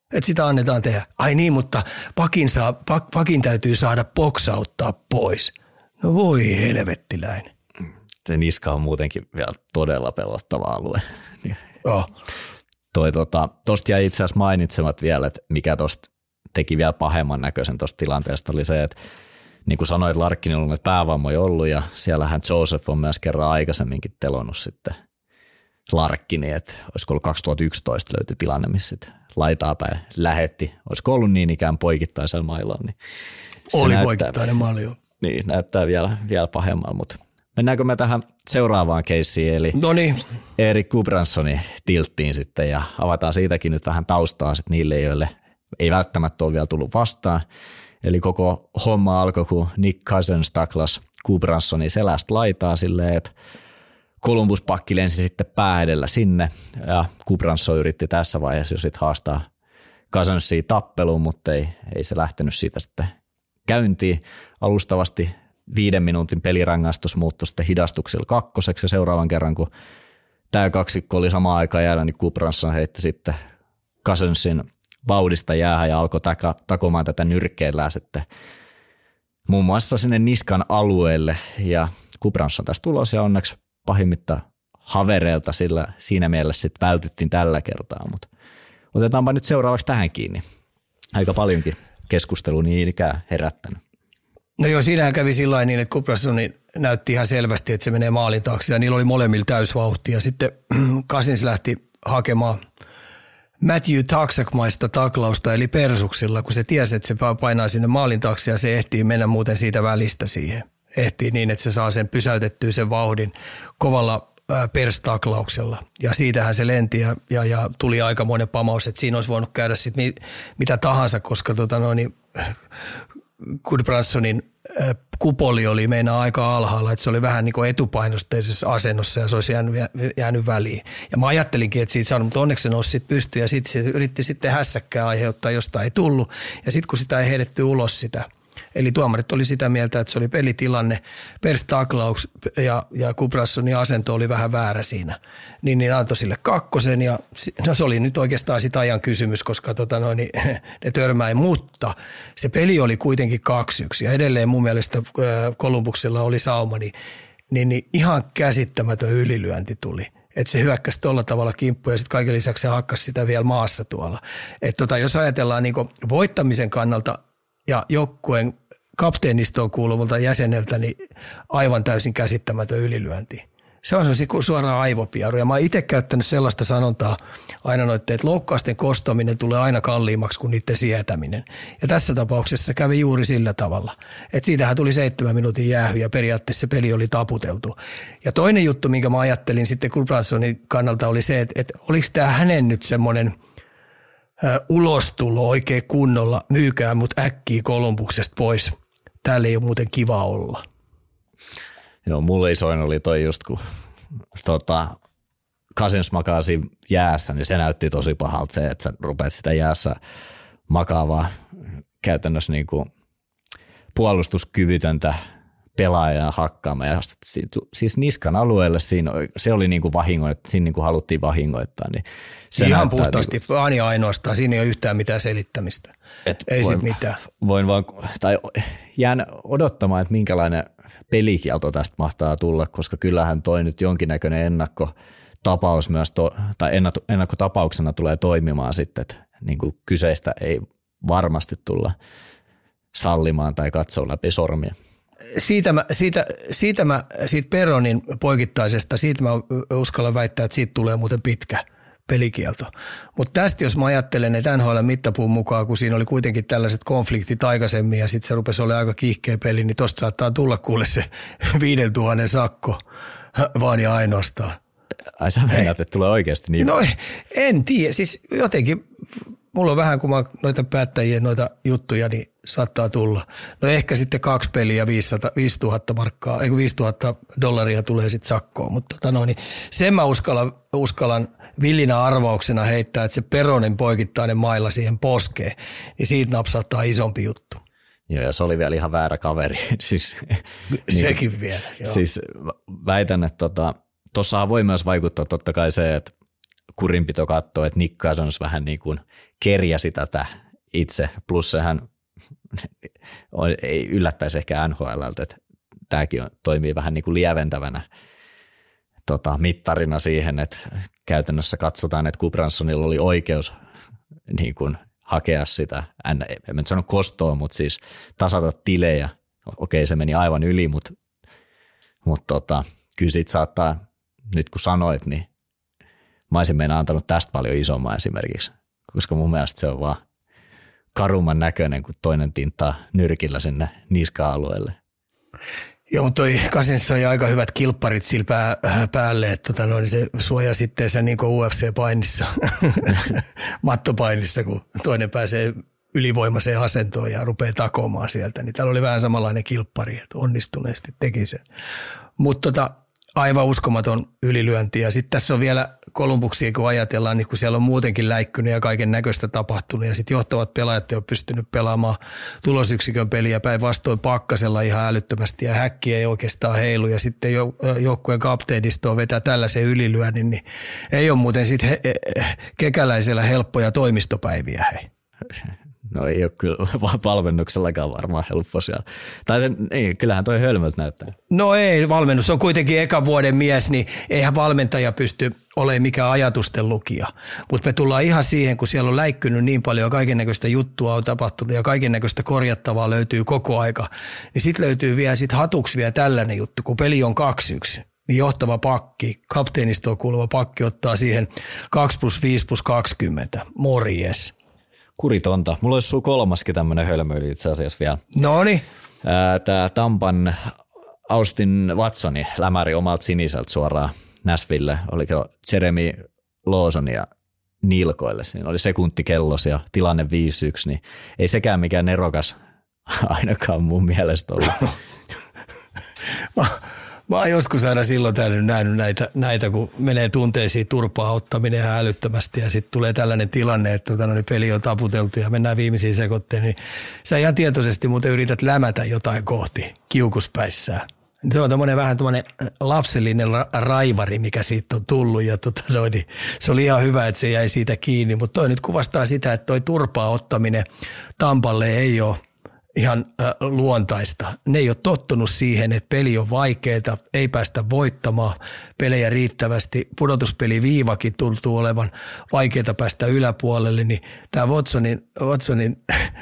[SPEAKER 3] Että sitä annetaan tehdä. Ai niin, mutta pakin, saa, pak, pakin täytyy saada boksauttaa pois. No voi helvettiläinen.
[SPEAKER 2] Se niska on muutenkin vielä todella pelottava alue.
[SPEAKER 3] Oh.
[SPEAKER 2] Toi, tota, tosta jäi itse asiassa mainitsemat vielä, että mikä tosta teki vielä pahemman näköisen tuosta tilanteesta oli se, että niin kuin sanoit, Larkkinilla on päävammoja ollut ja siellähän Joseph on myös kerran aikaisemminkin telonnut sitten Larkkini, että olisiko ollut kaksituhattayksitoista löytyi tilanne, missä sitten laitaa päin lähetti. Olisiko ollut niin ikään poikittaisella mailalla. Niin
[SPEAKER 3] oli näyttää, poikittainen maili, joo.
[SPEAKER 2] Niin, näyttää vielä, vielä pahemmalta, mutta mennäänkö me tähän seuraavaan keissiin, eli
[SPEAKER 3] Noniin.
[SPEAKER 2] Erik Gudbranssoni tilttiin sitten ja avataan siitäkin nyt vähän taustaa sitten niille, joille ei välttämättä ole vielä tullut vastaan. Eli koko homma alkoi, kun Nick Cousins taklas Gudbranssoni selästä laitaa silleen, että Columbus-pakki lensi sitten pää edellä sinne ja Gudbranson yritti tässä vaiheessa jo sitten haastaa Cousinsia tappeluun, mutta ei, ei se lähtenyt siitä sitten käyntiin. Alustavasti viiden minuutin pelirangaistus muuttui sitten hidastuksella kakkoseksi ja seuraavan kerran, kun tämä kaksikko oli samaan aikaan jäällä, niin Gudbranson heitti sitten Cousinsin vauhdista jäähän ja alkoi taka, takomaan tätä nyrkkeellään sitten muun muassa sinne niskan alueelle ja Gudbranson tässä tulos ja onneksi pahimmitta havereilta sillä siinä mielessä sitten vältyttiin tällä kertaa, mutta otetaanpa nyt seuraavaksi tähän kiinni. Aika paljonkin keskustelua niin ikään herättänyt.
[SPEAKER 3] No joo, siinähän kävi sillä niin, että Gudbranssoni näytti ihan selvästi, että se menee maalin taakse ja niillä oli molemmilla täysvauhti ja sitten Cousins lähti hakemaan Matthew Taksakmaista taklausta eli persuksilla, kun se tiesi, että se painaa sinne maalin taakse ja se ehtii mennä muuten siitä välistä siihen. Ehtii niin, että se saa sen pysäytettyä sen vauhdin kovalla perstaklauksella. Ja siitähän se lenti ja, ja, ja tuli aikamoinen pamaus, että siinä olisi voinut käydä sit mi, mitä tahansa, koska tota noin, Gudbransonin kupoli oli meinaa aika alhaalla, että se oli vähän niin kuin etupainosteisessa asennossa ja se olisi jäänyt, jäänyt väliin. Ja mä ajattelinkin, että siitä saanut, mutta onneksi se nousi sitten pystyyn ja sitten se yritti sitten hässäkkää aiheuttaa, josta ei tullut. Ja sitten kun sitä ei heitetty ulos sitä, eli tuomarit oli sitä mieltä, että se oli pelitilanne, perstaklaus ja, ja Gudbransonin asento oli vähän väärä siinä, niin, niin antoi sille kakkosen ja no se oli nyt oikeastaan sitä ajan kysymys, koska tota noin, ne törmäi, mutta se peli oli kuitenkin kaksi yksi ja edelleen mun mielestä Columbuksella oli sauma, niin, niin, niin ihan käsittämätön ylilyönti tuli. Että se hyökkäsi tuolla tavalla kimppuun ja sitten kaiken lisäksi se hakkasi sitä vielä maassa tuolla. Että tota, jos ajatellaan niinku voittamisen kannalta ja joukkueen kapteenistoon kuuluvalta jäseneltä niin aivan täysin käsittämätön ylilyönti. Se on suoraan aivopiaru. Ja mä oon itse käyttänyt sellaista sanontaa aina noitten, että loukkausten kostaminen tulee aina kalliimmaksi kuin niiden sietäminen. Ja tässä tapauksessa kävi juuri sillä tavalla. Että siitähän tuli seitsemän minuutin jäähy ja periaatteessa se peli oli taputeltu. Ja toinen juttu, minkä mä ajattelin sitten Gudbransonin kannalta oli se, että, että oliko tämä hänen nyt semmoinen ulostulo oikein kunnolla, myykää mut äkkiä Columbuksesta pois. Täällä ei ole muuten kiva olla.
[SPEAKER 2] Joo, mulle isoin oli toi just kun tota, Cousins makasi jäässä, niin se näytti tosi pahalta se, että sä rupeat sitä jäässä makaavaa käytännössä niin kuin puolustuskyvytöntä pelaajaa hakkaamaan. Ja siis niskan alueelle siinä, se oli niin kuin vahingoittaa, siinä niin kuin haluttiin vahingoittaa. Niin se
[SPEAKER 3] ihan puhtaasti, niin kuin, vaan ja ainoastaan, siinä ei ole yhtään mitään selittämistä. Ei voin, sit mitään.
[SPEAKER 2] Voin vaan, tai jään odottamaan, että minkälainen pelikielto tästä mahtaa tulla, koska kyllähän toi nyt jonkinnäköinen ennakkotapaus myös, to, tai ennakkotapauksena tulee toimimaan sitten, että niin kuin kyseistä ei varmasti tulla sallimaan tai katsoa läpi sormia.
[SPEAKER 3] Siitä mä, siitä, siitä mä, siitä Perronin poikittaisesta, siitä mä uskallan väittää, että siitä tulee muuten pitkä pelikielto. Mutta tästä jos mä ajattelen, että N H L mittapuun mukaan, kun siinä oli kuitenkin tällaiset konfliktit aikaisemmin ja sitten se rupesi olemaan aika kiihkeä peli, niin tosta saattaa tulla kuule se viiden tuhannen sakko vaan ja ainoastaan.
[SPEAKER 2] Ai sä meinaat, että tulee oikeasti niin?
[SPEAKER 3] No en tiedä, siis jotenkin mulla on vähän, kun mä noita päättäjien noita juttuja, niin saattaa tulla. No ehkä sitten kaksi peliä viisituhatta markkaa, eikö viisituhatta dollaria tulee sitten sakkoon, mutta tota noin, niin sen mä uskallan, uskallan villinä arvauksena heittää, että se Perronin poikittainen mailla siihen poskeen, niin siitä napsattaa isompi juttu.
[SPEAKER 2] Joo, ja se oli vielä ihan väärä kaveri. siis,
[SPEAKER 3] Sekin
[SPEAKER 2] niin,
[SPEAKER 3] vielä, joo.
[SPEAKER 2] Siis väitän, että tota, tossahan voi myös vaikuttaa totta kai se, että kurinpito katsoo, että Nick Cousins vähän niin kuin kerjäsi tätä itse, plus sehän ei yllättäisi ehkä N H L:ltä, että tämäkin on, toimii vähän niin kuin lieventävänä tota, mittarina siihen, että käytännössä katsotaan, että Goodbransonilla oli oikeus niin kuin hakea sitä, en, en nyt sano kostoa, mutta siis tasata tilejä. Okei, se meni aivan yli, mutta, mutta tota, kyllä siitä saattaa, nyt kun sanoit, niin mä olisin meidän antanut tästä paljon isomman esimerkiksi, koska mun mielestä se on vaan karumman näköinen, kun toinen tinttaa nyrkillä sinne niska-alueelle.
[SPEAKER 3] Joo, mutta toi Cousins sai aika hyvät kilpparit sillä pää, päälle, että tota noin, se suojaa sitten sen niin kuin U F C-painissa, mattopainissa, kun toinen pääsee ylivoimaiseen asentoon ja rupeaa takomaan sieltä. Niin täällä oli vähän samanlainen kilppari, että onnistuneesti teki sen. Mutta tota, aivan uskomaton ylilyönti. Ja sitten tässä on vielä Columbuksia, kun ajatellaan, niin kun siellä on muutenkin läikkynyt ja kaiken näköistä tapahtunut. Ja sitten johtavat pelaajat ei ole pystynyt pelaamaan tulosyksikön peliä päinvastoin Pakkasella ihan älyttömästi. Ja häkki ei oikeastaan heilu. Ja sitten joukkueen kapteenisto vetää tällaisen ylilyönnin. Niin ei ole muuten sitten he, kekäläisellä helppoja toimistopäiviä. Hei.
[SPEAKER 2] No ei ole kyllä valmennuksellakaan varmaan helppo siellä. Tai niin, kyllähän toi hölmöltä näyttää.
[SPEAKER 3] No ei, valmennus on kuitenkin ekan vuoden mies, niin eihän valmentaja pysty olemaan mikään ajatusten lukija. Mutta me tullaan ihan siihen, kun siellä on läikkynyt niin paljon, kaiken näköistä juttua on tapahtunut ja kaiken näköistä korjattavaa löytyy koko aika. Niin sitten löytyy vielä sit hatuksi vielä tällainen juttu, kun peli on kaksi yksi. Niin johtava pakki, kapteenistoon kuuluva pakki ottaa siihen kaksi plus viisi plus kaksikymmentä. Morjes.
[SPEAKER 2] Kuritonta. Mulla olisi sulla kolmaskin tämmöinen hölmöily itse asiassa vielä.
[SPEAKER 3] Noniin.
[SPEAKER 2] Tämä Tampan Austin Watsoni lämäri omalta siniseltä suoraan Nashville. Oliko Jeremy Lawsonia nilkoille. Siinä oli sekunti kellos ja tilanne viisi yksi, niin ei sekään mikään nerokas ainakaan mun mielestä ollut.
[SPEAKER 3] Mä oon joskus aina silloin täytyy nähnyt näitä, näitä, kun menee tunteisiin turpaa ottaminen ihan älyttömästi ja sitten tulee tällainen tilanne, että tota, no, niin peli on taputeltu ja mennään viimeisiin sekoitteen, niin sä ihan tietoisesti muuten yrität lämätä jotain kohti kiukuspäissään. Se on tämmöinen vähän tämmöinen lapsellinen raivari, mikä siitä on tullut ja tota, no, niin se oli ihan hyvä, että se jäi siitä kiinni, mutta toi nyt kuvastaa sitä, että toi turpaa ottaminen Tampalle ei ole ihan äh, luontaista. Ne ei ole tottunut siihen, että peli on vaikeaa, ei päästä voittamaan pelejä riittävästi. Pudotuspeliviivakin tuntuu olevan vaikeaa päästä yläpuolelle, niin tämä Watsonin, Watsonin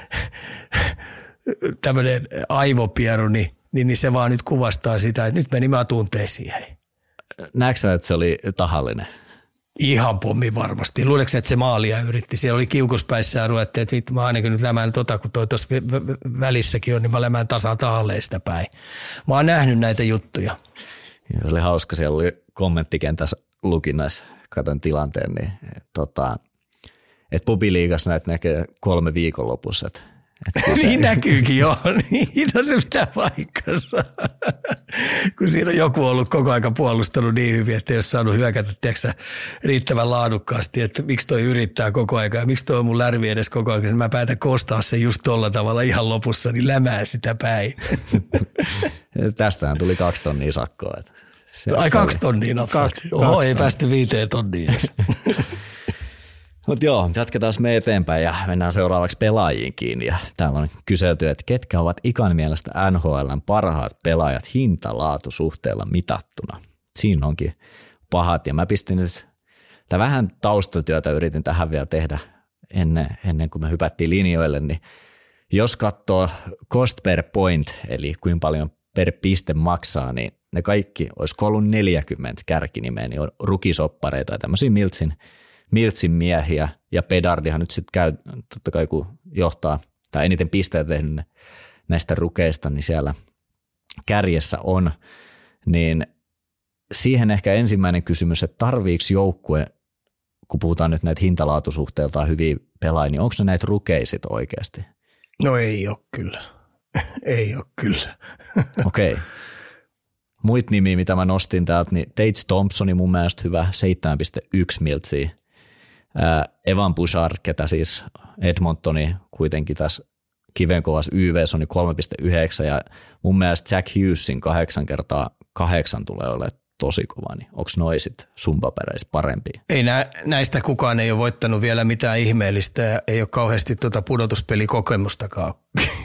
[SPEAKER 3] tämmöinen aivopieru, niin, niin, niin se vaan nyt kuvastaa sitä, että nyt meni mä tunteisiin. Hei.
[SPEAKER 2] Näetkö sä, että se oli tahallinen?
[SPEAKER 3] Ihan pommi varmasti. Luuleeko että se maalia yritti? Siellä oli kiukuspäissä ja ruvettiin, että vittu mä ainakin nyt lämään tota, kun toi tuossa välissäkin on, niin mä lämään tasan tahalleista päin. Mä oon nähnyt näitä juttuja.
[SPEAKER 2] Ja se oli hauska. Siellä oli kommenttikentässä lukinnassa, katson tilanteen, niin tota, että pubiliigassa näitä näkee kolme viikonlopussa. Että, että
[SPEAKER 3] niin näkyykin joo, niin no se pitää paikkansa. Kun siinä on joku ollut koko aika puolustanut niin hyvin, että ei ole saanut hyökätä tiiäksä, riittävän laadukkaasti, että miksi toi yrittää koko ajan ja miksi toi on mun lärvi edes koko ajan, niin mä päätän kostaa sen just tolla tavalla ihan lopussa, niin lämää sitä päin.
[SPEAKER 2] Tästähän tuli kaksi tonnia sakkoa. Että
[SPEAKER 3] Ai kaksi tonnia napsat. Oho, ei päästy viiteen tonnia.
[SPEAKER 2] Mutta joo, jatketaan me eteenpäin ja mennään seuraavaksi pelaajiin kiinni. Ja täällä on kyselty, että ketkä ovat Ikan mielestä N H L:n parhaat pelaajat hinta-laatu-suhteella mitattuna. Siinä onkin pahat ja mä pistin nyt, tai vähän taustatyötä yritin tähän vielä tehdä ennen, ennen kuin me hypättiin linjoille, niin jos katsoo cost per point, eli kuinka paljon per piste maksaa, niin ne kaikki olisiko ollut neljäkymmentä kärkinimeä, niin on rukisoppareita ja tämmöisiä Miltsin Miltsin miehiä ja Pedardihan nyt sitten käy, totta kai kun johtaa tai eniten pisteitä tehnyt näistä rukeista, niin siellä kärjessä on, niin siihen ehkä ensimmäinen kysymys, että tarviiko joukkue, kun puhutaan nyt näitä hintalaatusuhteiltaan hyviä pelaajia, niin onko ne näitä rukeisit oikeasti?
[SPEAKER 3] No ei ole kyllä, ei ole kyllä.
[SPEAKER 2] Okei. Okay. Muit nimiä, mitä mä nostin täältä, niin Tage Thompsoni mun mielestä hyvä, seitsemän pilkku yksi miltsiä. Evan Bouchard, ketä siis Edmontoni kuitenkin tässä kivenkovassa Y V:ssä on kolme pilkku yhdeksän ja mun mielestä Jack Hughesin kahdeksan kertaa kahdeksan tulee olemaan tosi kova, niin onko noi sit sun papereissa parempia?
[SPEAKER 3] Ei nä, näistä kukaan ei ole voittanut vielä mitään ihmeellistä ja ei ole kauheasti tuota pudotuspelikokemustakaan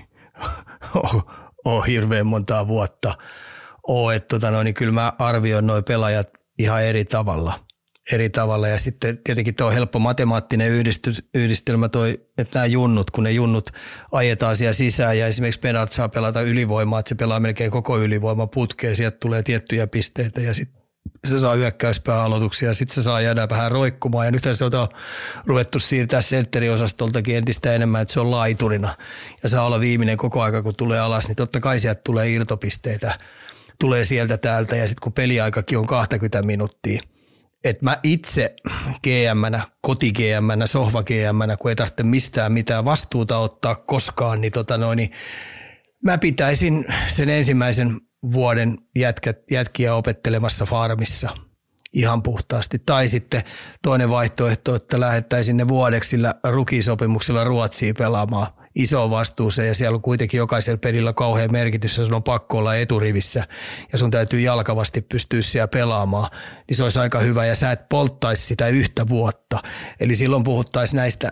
[SPEAKER 3] ole hirveän montaa vuotta. Oo, että tota no, niin kyllä mä arvioin noi pelaajat ihan eri tavalla. eri tavalla ja sitten tietenkin tuo helppo matemaattinen yhdistys, yhdistelmä toi, että nämä junnut, kun ne junnut ajetaan siellä sisään ja esimerkiksi Penard saa pelata ylivoimaa, että se pelaa melkein koko ylivoiman putkeen, sieltä tulee tiettyjä pisteitä ja sitten se saa hyökkäyspääaloituksia ja sitten se saa jäädä vähän roikkumaan ja nythän se on ruvettu siirtää sentteriosastoltakin entistä enemmän, että se on laiturina ja saa olla viimeinen koko aika, kun tulee alas, niin totta kai sieltä tulee irtopisteitä, tulee sieltä täältä ja sitten kun peliaikakin on kaksikymmentä minuuttia, että mä itse G M-nä, koti-G M-nä, sohva-G M-nä, kun ei tarvitse mistään mitään vastuuta ottaa koskaan, niin, tota noin, niin mä pitäisin sen ensimmäisen vuoden jätkät, jätkiä opettelemassa farmissa ihan puhtaasti. Tai sitten toinen vaihtoehto, että lähettäisin ne vuodeksi sillä rukisopimuksella Ruotsiin pelaamaan isoon vastuuseen ja siellä on kuitenkin jokaisella pelillä kauhean merkitys ja sun on pakko olla eturivissä ja sun täytyy jalkavasti pystyä siellä pelaamaan, niin se olisi aika hyvä ja sä et polttaisi sitä yhtä vuotta. Eli silloin puhuttaisiin näistä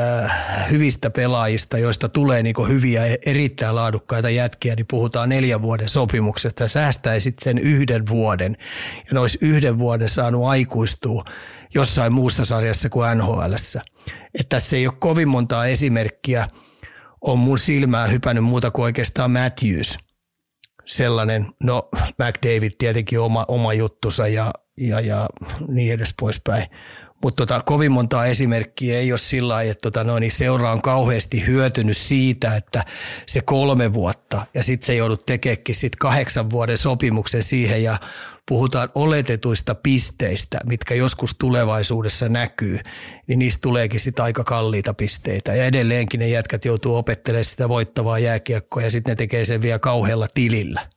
[SPEAKER 3] äh, hyvistä pelaajista, joista tulee niinku hyviä ja erittäin laadukkaita jätkiä, niin puhutaan neljän vuoden sopimuksesta ja säästäisit sen yhden vuoden ja ne olisi yhden vuoden saanut aikuistua jossain muussa sarjassa kuin N H L:ssä. Että tässä ei ole kovin montaa esimerkkiä, on mun silmää hypännyt muuta kuin oikeastaan Matthews. Sellainen, no McDavid tietenkin oma, oma juttusa ja, ja, ja niin edes poispäin. Mutta tota, kovin montaa esimerkkiä ei ole sillä lailla, että tota, no, niin seura on kauheasti hyötynyt siitä, että se kolme vuotta ja sitten se joudut tekeekin sit kahdeksan vuoden sopimuksen siihen ja puhutaan oletetuista pisteistä, mitkä joskus tulevaisuudessa näkyy, niin niistä tuleekin sitten aika kalliita pisteitä. Ja edelleenkin ne jätkät joutuu opettelemaan sitä voittavaa jääkiekkoa ja sitten ne tekee sen vielä kauhealla tilillä.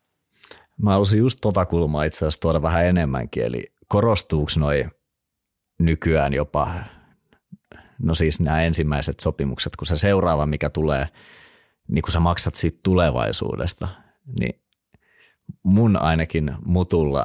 [SPEAKER 2] Mä haluaisin just tota kulmaa itse asiassa tuoda vähän enemmänkin, eli korostuuko noi nykyään jopa, no siis nämä ensimmäiset sopimukset, kun se seuraava, mikä tulee, niin kun sä maksat siitä tulevaisuudesta, niin mun ainakin mutulla,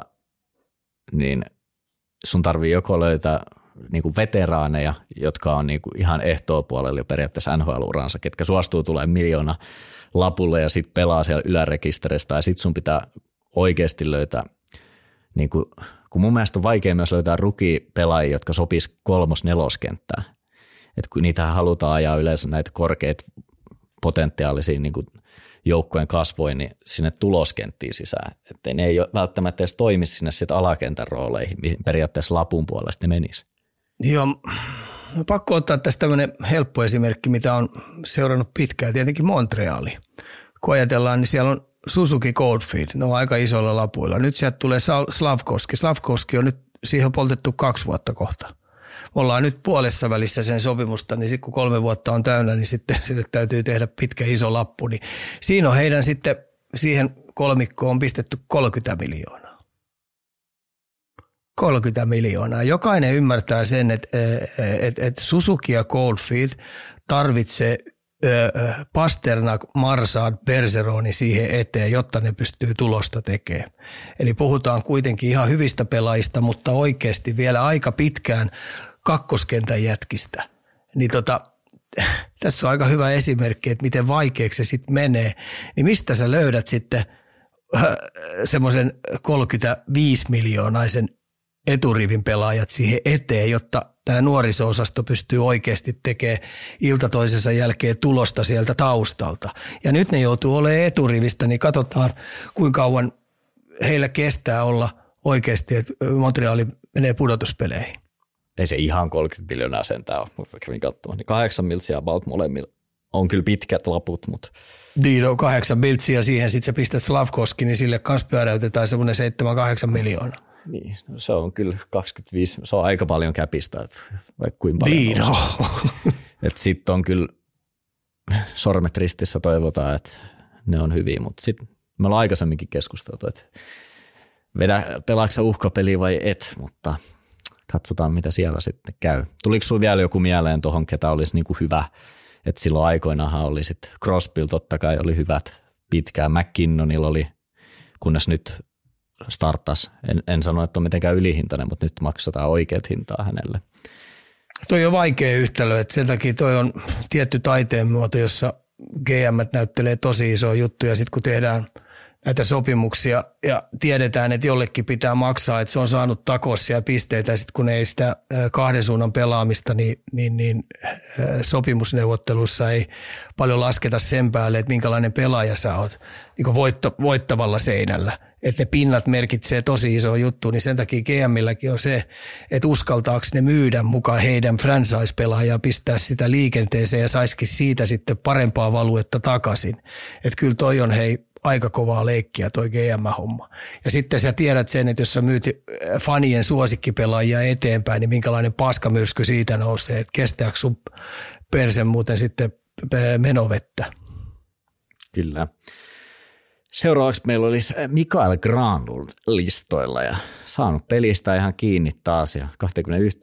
[SPEAKER 2] niin sun tarvii joko löytää niin kuin veteraaneja, jotka on niin kuin ihan ehtoopuolella jo periaatteessa N H L-uransa, ketkä suostuu tulemaan miljoona lapulle ja sitten pelaa siellä ylärekisteristä ja sitten sun pitää oikeasti löytää, niin kuin, kun mun mielestä on vaikea myös löytää rookie-pelaajia, jotka sopis kolmos-neloskenttään. Että kun niitä halutaan ajaa yleensä näitä korkeita potentiaalisia niin kuin joukkojen kasvoin niin sinne tuloskenttiin sisään. Että ne ei välttämättä edes toimisi sinne sit alakentän rooleihin, mihin periaatteessa lapun puolesta ne menisi. Joo,
[SPEAKER 3] no pakko ottaa tästä tämmöinen helppo esimerkki, mitä on seurannut pitkään, tietenkin Montreali. Kun ajatellaan, niin siellä on Suzuki Goldfield, ne on aika isoilla lapuilla. Nyt sieltä tulee Slavkovski. Slavkovski on nyt, siihen on poltettu kaksi vuotta kohta. Me ollaan nyt puolessa välissä sen sopimusta, niin sitten kun kolme vuotta on täynnä, niin sitten, sitten täytyy tehdä pitkä iso lappu. Niin siinä on heidän sitten, siihen kolmikkoon on pistetty kolmekymmentä miljoonaa. kolmekymmentä miljoonaa. Jokainen ymmärtää sen, että, että, että Suzuki ja Goldfield tarvitsee Pasternak, Marchand, Bergeroni siihen eteen, jotta ne pystyy tulosta tekemään. Eli puhutaan kuitenkin ihan hyvistä pelaajista, mutta oikeasti vielä aika pitkään kakkoskentän jätkistä. Niin tota, tässä on aika hyvä esimerkki, että miten vaikeaksi se sitten menee. Niin mistä sä löydät sitten semmoisen kolmekymmentäviisi miljoonaisen eturivin pelaajat siihen eteen, jotta tämä nuoriso-osasto pystyy oikeasti tekemään ilta toisensa jälkeen tulosta sieltä taustalta. Ja nyt ne joutuu olemaan eturivistä, niin katsotaan kuinka kauan heillä kestää olla oikeasti, että Montreali menee pudotuspeleihin.
[SPEAKER 2] Ei se ihan kolmekymmentä miljoonaa sentään ole, mä kävin katsomaan. Niin kahdeksan miltsiä about molemmilla. On kyllä pitkät laput, mutta...
[SPEAKER 3] Niin, on kahdeksan miltsiä siihen, sitten sä pistät Slavkovski, niin sille kanssa pyöräytetään semmoinen seitsemän kahdeksan miljoonaa.
[SPEAKER 2] Niin, no se on kyllä kaksikymmentäviisi, se on aika paljon käpistä, että vaikka kuinka paljon
[SPEAKER 3] niin, no.
[SPEAKER 2] Että sitten on kyllä sormet ristissä toivotaan, että ne on hyviä, mutta sitten me ollaan aikaisemminkin keskusteltu, että vedä, pelaatko uhkapeliä vai et, mutta katsotaan mitä siellä sitten käy. Tuliko sinulla vielä joku mieleen tuohon, ketä olisi niinku hyvä, että silloin aikoinaanhan oli sitten Crosbylla totta kai oli hyvät pitkään, McKinnonilla oli, kunnes nyt startas. En, en sano, että on mitenkään ylihintainen, mutta nyt maksataan oikeat hintaa hänelle.
[SPEAKER 3] Toi on vaikea yhtälö, että sen takia toi on tietty taiteen muoto, jossa G M näyttelee tosi isoa juttuja ja sitten kun tehdään näitä sopimuksia ja tiedetään, että jollekin pitää maksaa, että se on saanut takossia pisteitä ja sitten kun ei sitä kahden suunnan pelaamista, niin, niin, niin sopimusneuvottelussa ei paljon lasketa sen päälle, että minkälainen pelaaja sä oot niin voitto, voittavalla seinällä. Että ne pinnat merkitsee tosi iso juttu, niin sen takia G M:lläkin on se, että uskaltaako ne myydä mukaan heidän franchise-pelaajaa, pistää sitä liikenteeseen ja saisikin siitä sitten parempaa valuetta takaisin. Että kyllä toi on hei aika kovaa leikkiä toi G M-homma. Ja sitten sä tiedät sen, että jos sä myyt fanien suosikkipelaajia eteenpäin, niin minkälainen paskamyrsky siitä nousee, että kestääkö sun perse muuten sitten menovettä.
[SPEAKER 2] Kyllä. Seuraavaksi meillä olisi Mikael Granlund listoilla ja saanut pelistä ihan kiinni taas ja kaksikymmentäyksi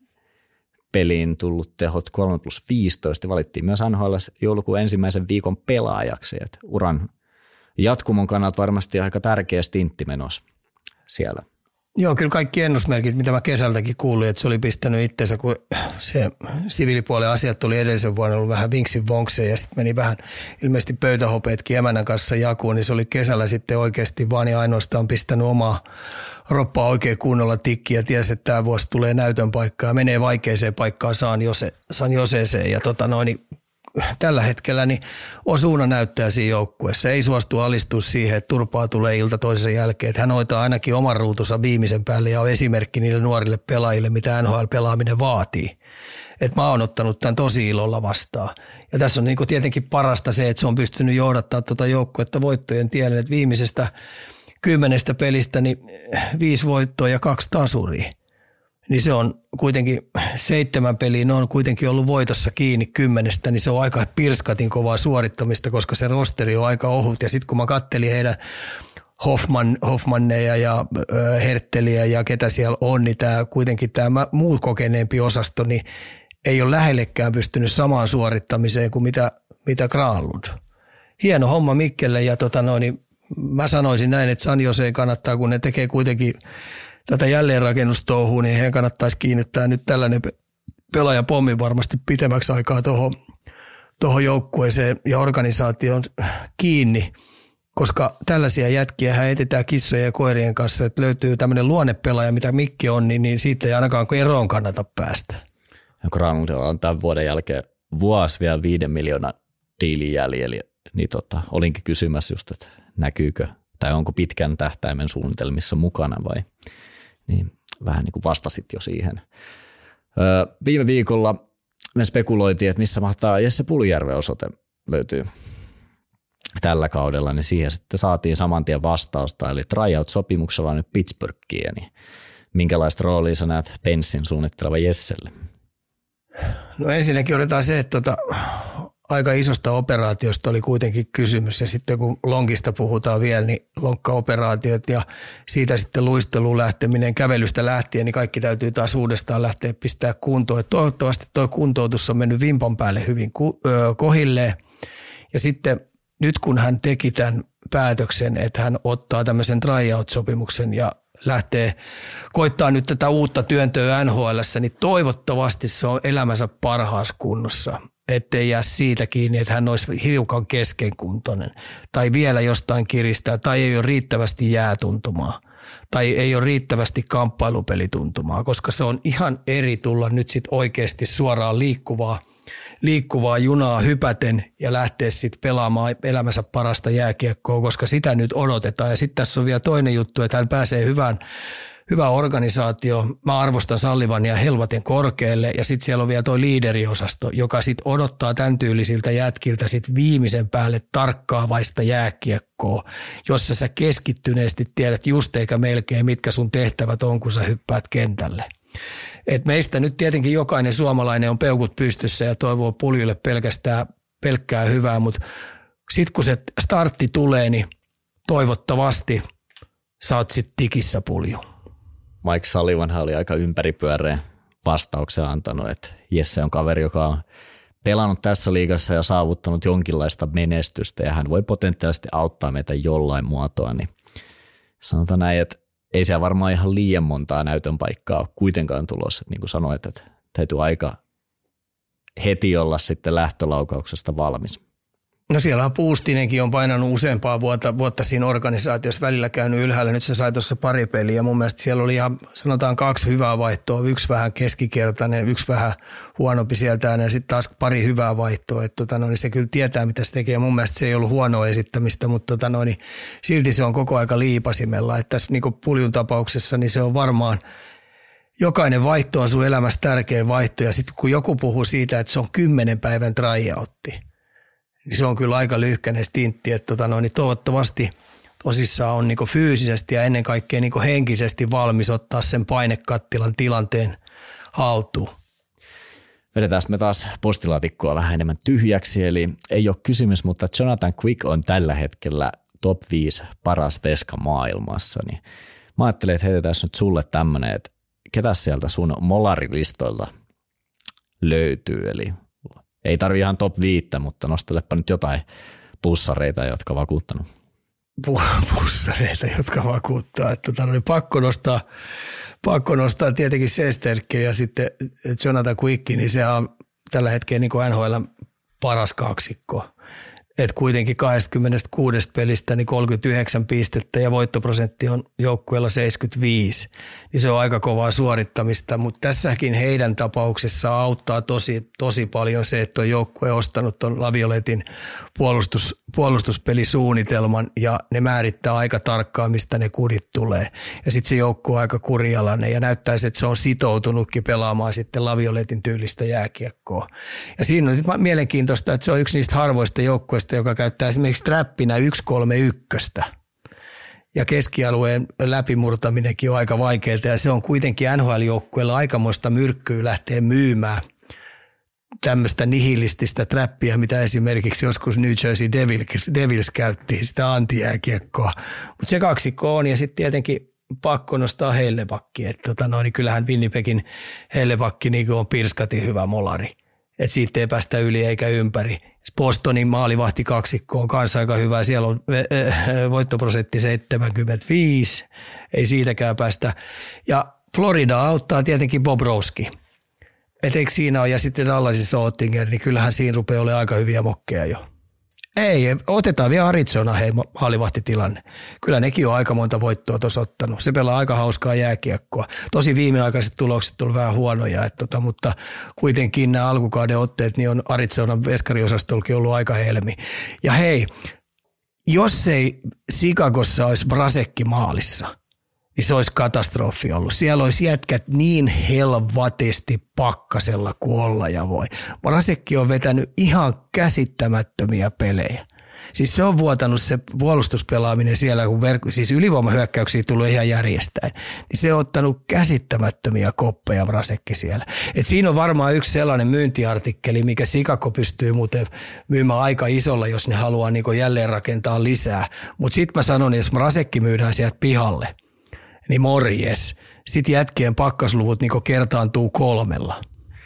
[SPEAKER 2] peliin tullut tehot kolme plus viisitoista. Valittiin myös N H L joulukuun ensimmäisen viikon pelaajaksi. Et uran jatkumon kannalta varmasti aika tärkeä stintti menossa siellä.
[SPEAKER 3] Joo, kyllä kaikki ennusmerkit, mitä mä kesältäkin kuulin, että se oli pistänyt itsensä, kun se siviilipuolen asiat oli edellisen vuonna ollut vähän vinksin vonkseen ja sitten meni vähän ilmeisesti pöytähopeetkin emänän kanssa jakuun, niin se oli kesällä sitten oikeasti vaan ja ainoastaan pistänyt omaa roppaa oikein kunnolla tikkiä ja tiesi, että tämä vuosi tulee näytön paikkaan ja menee vaikeaseen paikkaan San, Jose, San Joseeseen ja tota noin, niin tällä hetkellä niin Osuna näyttää siinä joukkueessa. Ei suostu alistua siihen, että turpaa tulee ilta toisen jälkeen. Että hän hoitaa ainakin oman ruutunsa viimeisen päälle ja on esimerkki niille nuorille pelaajille, mitä N H L-pelaaminen vaatii. Et mä oon ottanut tämän tosi ilolla vastaan. Ja tässä on niinku tietenkin parasta se, että se on pystynyt johdattaa tuota joukkuetta voittojen tielle. Että viimeisestä kymmenestä pelistä niin viisi voittoa ja kaksi tasuria. Niin se on kuitenkin seitsemän peliä, ne on kuitenkin ollut voitossa kiinni kymmenestä, niin se on aika pirskatin kovaa suorittamista, koska se rosteri on aika ohut. Ja sitten kun mä kattelin heidän Hoffman, Hoffmanneja ja äh, Hertteliä ja ketä siellä on, niin tää, kuitenkin tämä muu kokeneempi osasto niin ei ole lähellekään pystynyt samaan suorittamiseen kuin mitä, mitä Granlund. Hieno homma Mikkelle ja tota noin, niin mä sanoisin näin, että San Joseen kannattaa, kun ne tekee kuitenkin tätä jälleenrakennustouhua, niin heidän kannattaisi kiinnittää nyt tällainen pelaajapommi varmasti pitemmäksi aikaa tuohon toho joukkueeseen ja organisaatioon kiinni, koska tällaisia jätkiä hän etetään kissojen ja koirien kanssa, että löytyy tämmöinen luonnepelaaja, mitä Mikki on, niin, niin siitä ei ainakaan eroon kannata päästä.
[SPEAKER 2] Ja Granlundilla on tämän vuoden jälkeen vuosi vielä viiden miljoonan diilin jäljellä, niin tota, olinkin kysymässä just, että näkyykö tai onko pitkän tähtäimen suunnitelmissa mukana vai niin vähän niin kuin vastasit jo siihen. Öö, viime viikolla me spekuloitiin, että missä mahtaa Jesse Puljärven osoite löytyy tällä kaudella, niin siihen sitten saatiin saman tien vastausta, eli tryout-sopimuksella nyt Pittsburghiin, niin minkälaista roolia sä näet Pensin suunnitteleva Jesselle?
[SPEAKER 3] No ensinnäkin otetaan se, että tota, aika isosta operaatiosta oli kuitenkin kysymys ja sitten kun lonkista puhutaan vielä, niin lonkkaoperaatiot ja siitä sitten luisteluun lähteminen, kävelystä lähtien, niin kaikki täytyy taas uudestaan lähteä pistää kuntoon. Et toivottavasti tuo kuntoutus on mennyt vimpan päälle hyvin kohilleen ja sitten nyt kun hän teki tämän päätöksen, että hän ottaa tämmöisen tryout-sopimuksen ja lähtee koittaa nyt tätä uutta työntöä N H L:ssä, niin toivottavasti se on elämänsä parhaassa kunnossa. Ettei jää siitä kiinni, että hän olisi hiukan keskenkuntoinen tai vielä jostain kiristää tai ei ole riittävästi jäätuntumaa tai ei ole riittävästi kamppailupelituntumaa, koska se on ihan eri tulla nyt sit oikeasti suoraan liikkuvaa, liikkuvaa junaa hypäten ja lähteä sitten pelaamaan elämänsä parasta jääkiekkoa, koska sitä nyt odotetaan. Ja sitten tässä on vielä toinen juttu, että hän pääsee hyvään Hyvä organisaatio. Mä arvostan Sullivania helvaten korkealle ja sitten siellä on vielä toi liideriosasto, joka sitten odottaa tämän tyylisiltä jätkiltä sit viimeisen päälle tarkkaavaista jääkiekkoa, jossa sä keskittyneesti tiedät just eikä melkein mitkä sun tehtävät on, kun sä hyppäät kentälle. Et meistä nyt tietenkin jokainen suomalainen on peukut pystyssä ja toivoo Puljille pelkästään pelkkää hyvää, mutta sitten kun se startti tulee, niin toivottavasti sä oot sit tikissä, Pulju.
[SPEAKER 2] Mike Sullivan oli aika ympäripyöreä vastauksen antanut, että Jesse on kaveri, joka on pelannut tässä liigassa ja saavuttanut jonkinlaista menestystä ja hän voi potentiaalisesti auttaa meitä jollain muotoa, niin sanotaan näin, että ei siellä varmaan ihan liian montaa näytön paikkaa ole kuitenkaan tulossa. Niin kuin sanoit, että täytyy aika heti olla sitten lähtölaukauksesta valmis.
[SPEAKER 3] No siellä on Puustinenkin on painanut useampaa vuotta, vuotta siinä organisaatiossa välillä käynyt ylhäällä. Nyt se sai tuossa pari peliä ja mun mielestä siellä oli ihan sanotaan kaksi hyvää vaihtoa. Yksi vähän keskikertainen, yksi vähän huonompi sieltä ja sitten taas pari hyvää vaihtoa. Että tota, no, niin se kyllä tietää mitä se tekee. Mun mielestä se ei ollut huonoa esittämistä, mutta tota, no, niin silti se on koko aika liipasimella. Että tässä niin Puljun tapauksessa niin se on varmaan jokainen vaihto on sun elämässä tärkeä vaihto ja sitten kun joku puhuu siitä, että se on kymmenen päivän tryoutti, niin se on kyllä aika lyhkäinen stintti, että tota no, niin toivottavasti tosissaan on niin fyysisesti ja ennen kaikkea niin henkisesti valmis ottaa sen painekattilan tilanteen haltuun.
[SPEAKER 2] Vedetään me taas postilaatikkoa vähän enemmän tyhjäksi, eli ei ole kysymys, mutta Jonathan Quick on tällä hetkellä top viisi paras veska maailmassa, niin mä ajattelin, että heitetään nyt sulle tämmöinen, että ketä sieltä sun molarilistoilta löytyy, eli ei tarvi ihan top viittä, mutta nostelepa nyt jotain pussareita, jotka vakuuttanut.
[SPEAKER 3] Pussareita, jotka vakuuttaa. Että tota, oli pakko nostaa, pakko nostaa tietenkin Sesterkin ja sitten Jonathan Quick, niin se on tällä hetkellä niin kuin N H L paras kaksikko. Et kuitenkin kaksikymmentäkuusi pelistä niin kolmekymmentäyhdeksän pistettä ja voittoprosentti on joukkueella seitsemänkymmentäviisi. Niin se on aika kovaa suorittamista, mutta tässäkin heidän tapauksessa auttaa tosi, tosi paljon se, että on joukkue ostanut ton Lavioletin puolustus, puolustuspelisuunnitelman ja ne määrittää aika tarkkaan, mistä ne kudit tulee. Ja sitten se joukkue on aika kurialainen ja näyttäisi, että se on sitoutunutkin pelaamaan sitten Lavioletin tyylistä jääkiekkoa. Ja siinä on nyt mielenkiintoista, että se on yksi niistä harvoista joukkueista, joka käyttää esimerkiksi trappinä yksi kolme yksi. Ja keskialueen läpimurtaminenkin on aika vaikeaa ja se on kuitenkin N H L-joukkueella aikamoista myrkkyä lähteä myymään tämmöistä nihilististä trappia, mitä esimerkiksi joskus New Jersey Devils, Devils käytti, sitä antijääkiekkoa. Mutta se kaksikko on ja sitten tietenkin pakko nostaa Hellebakki. Että tota no, niin kyllähän Winnipegin Hellebakki niin on pirskatin hyvä molari. Että siitä ei päästä yli eikä ympäri. Bostonin maalivahti kaksikko on kanssa aika hyvä. Siellä on voittoprosentti seitsemänkymmentäviisi. Ei siitäkään päästä. Ja Florida auttaa tietenkin Bobrovski. Et eikö siinä ole, ja sitten Dallasissa Oettinger, niin kyllähän siinä rupeaa olemaan aika hyviä mokkeja jo. Ei, otetaan vielä Arizona, hei, maalivahtitilanne. Kyllä nekin on aika monta voittoa tuossa ottanut. Se pelaa aika hauskaa jääkiekkoa. Tosi viimeaikaiset tulokset on vähän huonoja, että tota, mutta kuitenkin nämä alkukauden otteet niin on Arizonan veskariosastollakin ollut aika helmi. Ja hei, jos ei Chicagossa olisi Brasekki maalissa, niin se olisi katastrofi ollut. Siellä olisi jätkät niin helvatisti pakkasella kuin olla ja voi. Brasekki on vetänyt ihan käsittämättömiä pelejä. Siis se on vuotanut se puolustuspelaaminen siellä, kun verkko, siis ylivoimahyökkäyksiä tulee ihan järjestäen. Niin se on ottanut käsittämättömiä koppeja Brasekki siellä. Et siinä on varmaan yksi sellainen myyntiartikkeli, mikä Chicago pystyy muuten myymään aika isolla, jos ne haluaa niin jälleen rakentaa lisää. Mutta sitten mä sanon, että jos Brasekki myydään sieltä pihalle, niin morjes. Sitten jätkien pakkasluvut niin kertaantuu kolmella.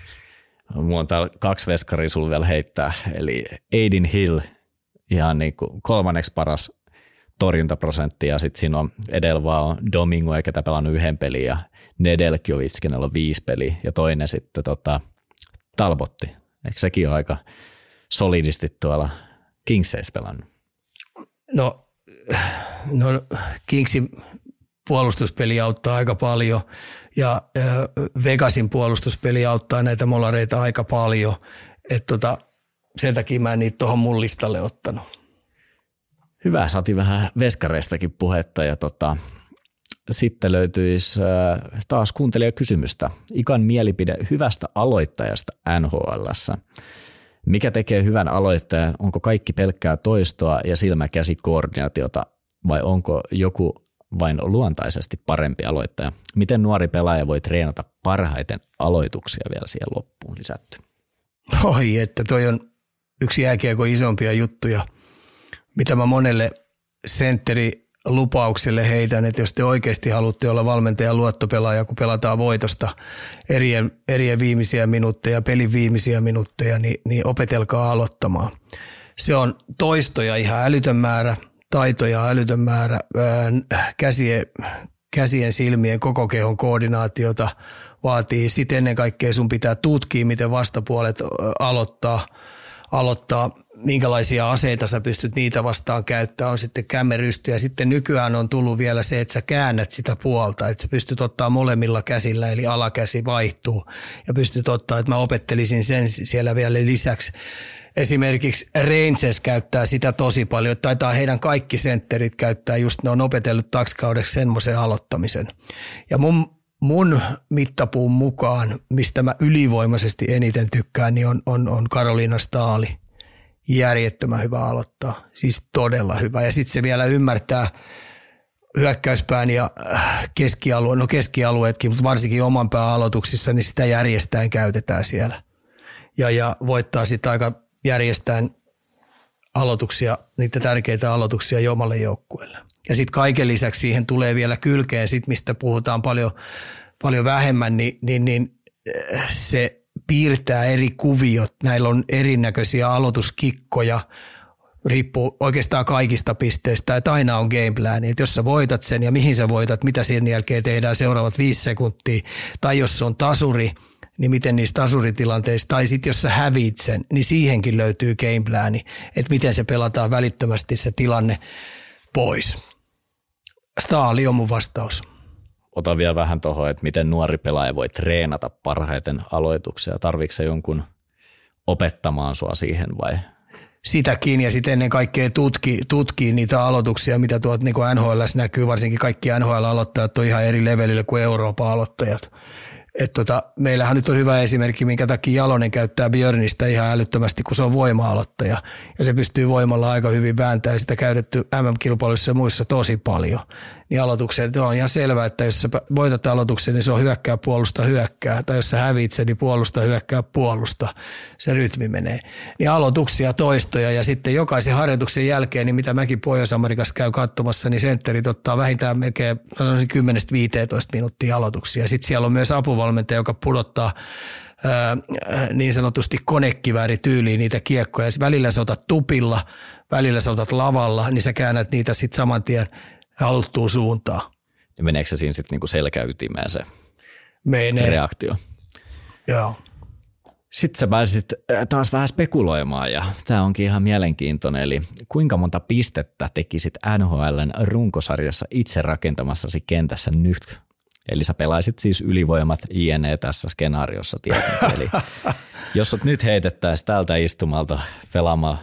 [SPEAKER 2] Mulla on täällä kaksi veskaria sulla vielä heittää, eli Aiden Hill, ihan niin kuin kolmanneksi paras torjuntaprosentti, ja sitten siinä on edellä vaan Domingo, eikä tämä pelannut yhden pelin, ja Nedeljkovic, kenellä on viisi peliä, ja toinen sitten tota, Talbotti. Eikö sekin ole aika solidisti tuolla Kingseissä pelannut?
[SPEAKER 3] No, no Kingsin puolustuspeli auttaa aika paljon ja Vegasin puolustuspeli auttaa näitä molareita aika paljon. Et tota, sen takia mä en niitä tuohon mun listalle ottanut.
[SPEAKER 2] Hyvä, saatiin vähän veskareistakin puhetta ja tota, sitten löytyisi taas kuuntelijakysymystä. Ikan mielipide hyvästä aloittajasta N H L:ssä. Mikä tekee hyvän aloittajan? Onko kaikki pelkkää toistoa ja silmäkäsikoordinaatiota vai onko joku vain luontaisesti parempi aloittaja? Miten nuori pelaaja voi treenata parhaiten aloituksia vielä siihen loppuun lisätty?
[SPEAKER 3] Oi, että toi on yksi jääkiekon isompia juttuja, mitä mä monelle sentterilupaukselle heitän, että jos te oikeasti haluatte olla valmentajan luottopelaaja, kun pelataan voitosta erien, erien viimeisiä minuutteja, pelin viimeisiä minuutteja, niin, niin opetelkaa aloittamaan. Se on toistoja ihan älytön määrä. taitoja, älytön määrä, käsien, käsien, silmien, koko kehon koordinaatiota vaatii. Sitten ennen kaikkea sun pitää tutkia, miten vastapuolet aloittaa, aloittaa, minkälaisia aseita sä pystyt niitä vastaan käyttämään, on sitten kämmerysty. Ja sitten nykyään on tullut vielä se, että sä käännät sitä puolta, että sä pystyt ottaa molemmilla käsillä, eli alakäsi vaihtuu ja pystyt ottaa, että mä opettelisin sen siellä vielä lisäksi. Esimerkiksi Rangers käyttää sitä tosi paljon, että taitaa heidän kaikki sentterit käyttää, just ne on opetellut taksikaudeksi semmoisen aloittamisen. Ja mun, mun mittapuun mukaan, mistä mä ylivoimaisesti eniten tykkään, niin on, on, on Karoliina Staali. Järjettömän hyvä aloittaa, siis todella hyvä. Ja sitten se vielä ymmärtää hyökkäyspään ja keskialue, no keskialueetkin, mutta varsinkin oman pään aloituksissa, niin sitä järjestäen käytetään siellä. Ja, ja voittaa sitten aika järjestäen aloituksia, niitä tärkeitä aloituksia jo omalle joukkueelle. Ja sitten kaiken lisäksi siihen tulee vielä kylkeen, sit mistä puhutaan paljon, paljon vähemmän, niin, niin, niin se piirtää eri kuviot. Näillä on erinäköisiä aloituskikkoja, riippuu oikeastaan kaikista pisteistä, että aina on gameplan, että jos sä voitat sen ja mihin sä voitat, mitä sen jälkeen tehdään seuraavat viisi sekuntia, tai jos se on tasuri, niin miten niissä tasuritilanteissa, tai sitten jos sä häviit sen, niin siihenkin löytyy gameplani, että miten se pelataan välittömästi se tilanne pois. Staali on mun vastaus.
[SPEAKER 2] Ota vielä vähän tuohon, että miten nuori pelaaja voi treenata parhaiten aloituksia. Tarviiko se jonkun opettamaan sua siihen vai?
[SPEAKER 3] Sitäkin ja sitten ennen kaikkea tutki, tutkii niitä aloituksia, mitä tuolta niin kuin N H L:ssä näkyy. Varsinkin kaikki N H L-aloittajat on ihan eri levelillä kuin Euroopan aloittajat. Et tota, meillähän nyt on hyvä esimerkki, minkä takia Jalonen käyttää Björnistä ihan älyttömästi, kun se on voima-aloittaja. Ja se pystyy voimalla aika hyvin vääntämään sitä käytetty M M-kilpailuissa ja muissa tosi paljon. Niin aloitukset on ihan selvää, että jos sä voitat aloituksen, niin se on hyökkää, puolusta, hyökkää. Tai jos sä häviit sen, niin puolusta, hyökkää, puolusta. Se rytmi menee. Niin aloituksia, toistoja ja sitten jokaisen harjoituksen jälkeen, niin mitä mäkin Pohjois-Amerikassa käy katsomassa, niin sentterit ottaa vähintään melkein kymmenestä viiteentoista minuuttia aloituksia. Sitten siellä on myös apuvalmentaja, joka pudottaa ää, niin sanotusti konekiväärityyliin niitä kiekkoja. Välillä sä otat tupilla, välillä sä otat lavalla, niin sä käännät niitä sitten saman tien haluttuun suuntaan.
[SPEAKER 2] Ja meneekö se siinä sitten niinku selkäytimeen se
[SPEAKER 3] Menee.
[SPEAKER 2] reaktio?
[SPEAKER 3] Joo.
[SPEAKER 2] Sitten sä pääsit taas vähän spekuloimaan ja tämä onkin ihan mielenkiintoinen. Eli kuinka monta pistettä tekisit N H L:n runkosarjassa itse rakentamassasi kentässä nyt? Eli sä pelaisit siis ylivoimat jne tässä skenaariossa tietenkin. Eli jos sut nyt heitettäisiin tältä istumalta pelaamaan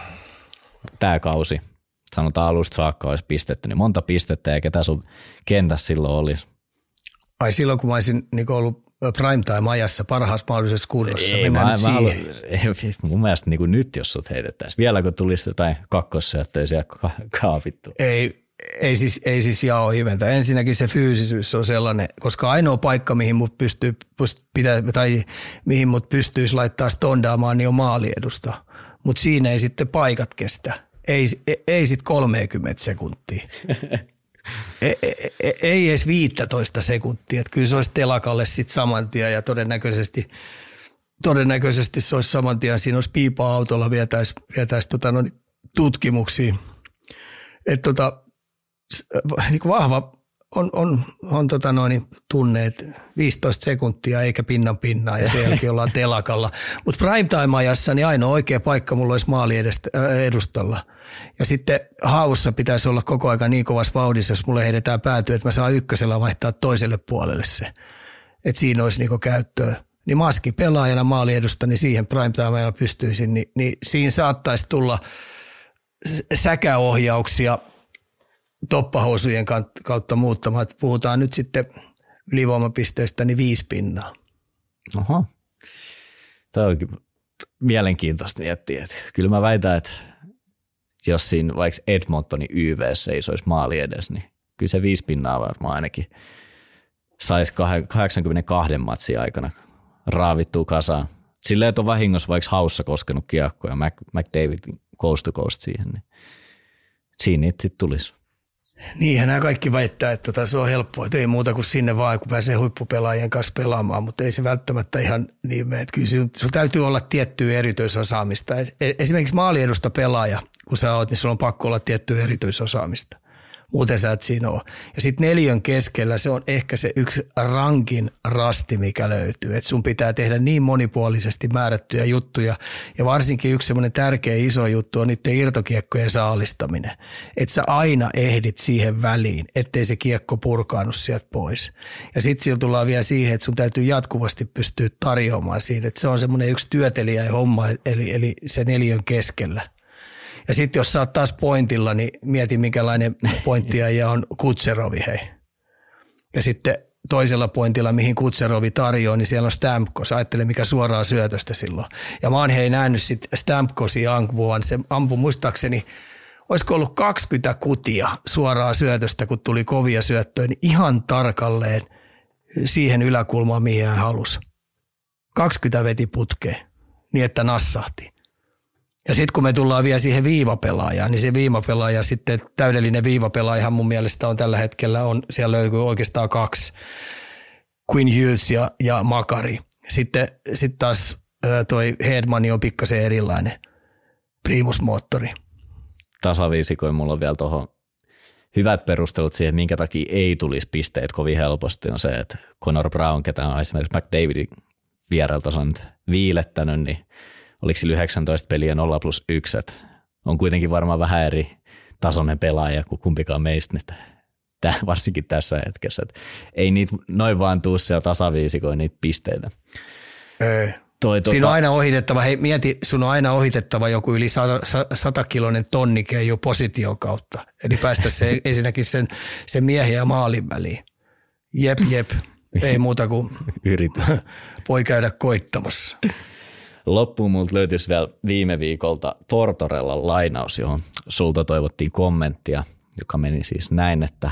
[SPEAKER 2] tämä kausi, sanotaan alusta saakka olisi pistetty, niin monta pistettä ja ketä sun kentässä silloin olisi?
[SPEAKER 3] Ai silloin, kun mä olisin niin ollut primetime-ajassa parhaassa mahdollisessa kunnossa.
[SPEAKER 2] Ei, mä, mä, mä haluan, mun mielestä niin kuin nyt, jos sut heitettäisiin. vielä kun tulisi jotain kakkossyöttöjä siellä kaapittua.
[SPEAKER 3] Ei, ei siis, ei siis jao hiventä. Ensinnäkin se fyysisyys on sellainen, koska ainoa paikka, mihin mut pystyy, pitää, tai mihin mut pystyisi laittaa stondaamaan, niin on maaliedusta. Mutta siinä ei sitten paikat kestä. Ei, ei, ei sitten kolmekymmentä sekuntia. ei, ei, ei edes viisitoista sekuntia. Että kyllä se olisi telakalle sitten saman tien ja todennäköisesti, todennäköisesti se olisi saman tien. Siinä olisi piipa-autolla vietäisi vietäis, tota, no, tutkimuksia. Että tota, niin vahva on, on, on tota noin, tunne, että viisitoista sekuntia eikä pinnan pinnaa ja sen jälkeen ollaan telakalla. Mutta primetime-ajassa niin ainoa oikea paikka mulla olisi maali edestä, äh, edustalla. Ja sitten haussa pitäisi olla koko ajan niin kovassa vauhdissa, jos mulle heitetään päätyä, että mä saan ykkösellä vaihtaa toiselle puolelle se. Että siinä olisi niinku käyttöä. Niin maski pelaajana maali edusta, niin siihen primetime-ajalla pystyisin. Niin, niin siinä saattaisi tulla säkäohjauksia toppahousujen kautta muuttamaan. Puhutaan nyt sitten ylivoimapisteestä, niin viisi pinnaa.
[SPEAKER 2] Oho. Tämä onkin mielenkiintoista miettiä. Kyllä mä väitän, että jos siinä vaikka Edmontonin Y V:ssä ei olisi maali edes, niin kyllä se viisi pinnaa varmaan ainakin saisi kahdeksankymmentäkaksi matsia aikana raavittua kasaan. Silleen, että on vahingossa vaikka haussa koskenut kiekko ja McDavid coast to coast siihen, niin siinä niitä sitten tulisi.
[SPEAKER 3] Niinhän nämä kaikki väittää, että tota, se on helppoa, että ei muuta kuin sinne vaan, kun pääsee huippupelaajien kanssa pelaamaan, mutta ei se välttämättä ihan niin mene. Kyllä sinulla täytyy olla tiettyä erityisosaamista. Esimerkiksi maaliedusta pelaaja, kun sä oot, niin sulla on pakko olla tiettyä erityisosaamista. Muuten sä et siinä ole. Ja sitten neljön keskellä se on ehkä se yksi rankin rasti, mikä löytyy. Että sun pitää tehdä niin monipuolisesti määrättyjä juttuja. Ja varsinkin yksi semmoinen tärkeä iso juttu on niiden irtokiekkojen saalistaminen. Että sä aina ehdit siihen väliin, ettei se kiekko purkaannut sieltä pois. Ja sitten sillä tullaan vielä siihen, että sun täytyy jatkuvasti pystyä tarjoamaan siinä. Että se on semmoinen yksi työtelijä homma, eli, eli se neljön keskellä. Ja sitten jos sä oot taas pointilla, niin mieti minkälainen pointtiaja on Kutserovi, hei. Ja sitten toisella pointilla, mihin Kutserovi tarjoaa, niin siellä on Stamkos. Ajattele, mikä suoraa syötöstä silloin. Ja mä oon hei nähnyt sitten Stamkosia ampuvan. Se ampui muistaakseni, olisiko ollut kaksikymmentä kutia suoraa syötöstä, kun tuli kovia syöttöjä, niin ihan tarkalleen siihen yläkulmaan, mihin hän halusi. kaksikymmentä veti putkeen, niin että nassahti. Ja sitten kun me tullaan vielä siihen viivapelaajaan, niin se viivapelaaja sitten, täydellinen viivapelaajahan mun mielestä on tällä hetkellä, on, siellä löytyy oikeastaan kaksi, Quinn Hughes ja, ja Makari. Sitten sit taas toi Hedman on pikkasen erilainen primusmoottori.
[SPEAKER 2] Tasaviisikoin mulla on vielä tuohon hyvät perustelut siihen, minkä takia ei tulisi pisteet kovin helposti, on se, että Connor Brown, ketä on esimerkiksi McDavidin viereltä on viilettänyt, niin oliko sillä yhdeksäntoista peliä nolla plus yksi, on kuitenkin varmaan vähän eri tasoinen pelaaja kuin kumpikaan meistä nyt, tää, varsinkin tässä hetkessä. Et ei niitä noin vaan tuu siellä tasaviisikoin niitä pisteitä.
[SPEAKER 3] Ei. Toi, tuota... Siinä on aina ohitettava, hei mieti, sun on aina ohitettava joku yli satakiloinen tonnike jo position kautta. Eli päästä se ensinnäkin sen, sen miehen ja maalin väliin. Jep, jep, ei muuta kuin
[SPEAKER 2] yritys.
[SPEAKER 3] Voi käydä koittamassa.
[SPEAKER 2] Loppuun multa löytyisi vielä viime viikolta Tortorellan lainaus, johon sulta toivottiin kommenttia, joka meni siis näin, että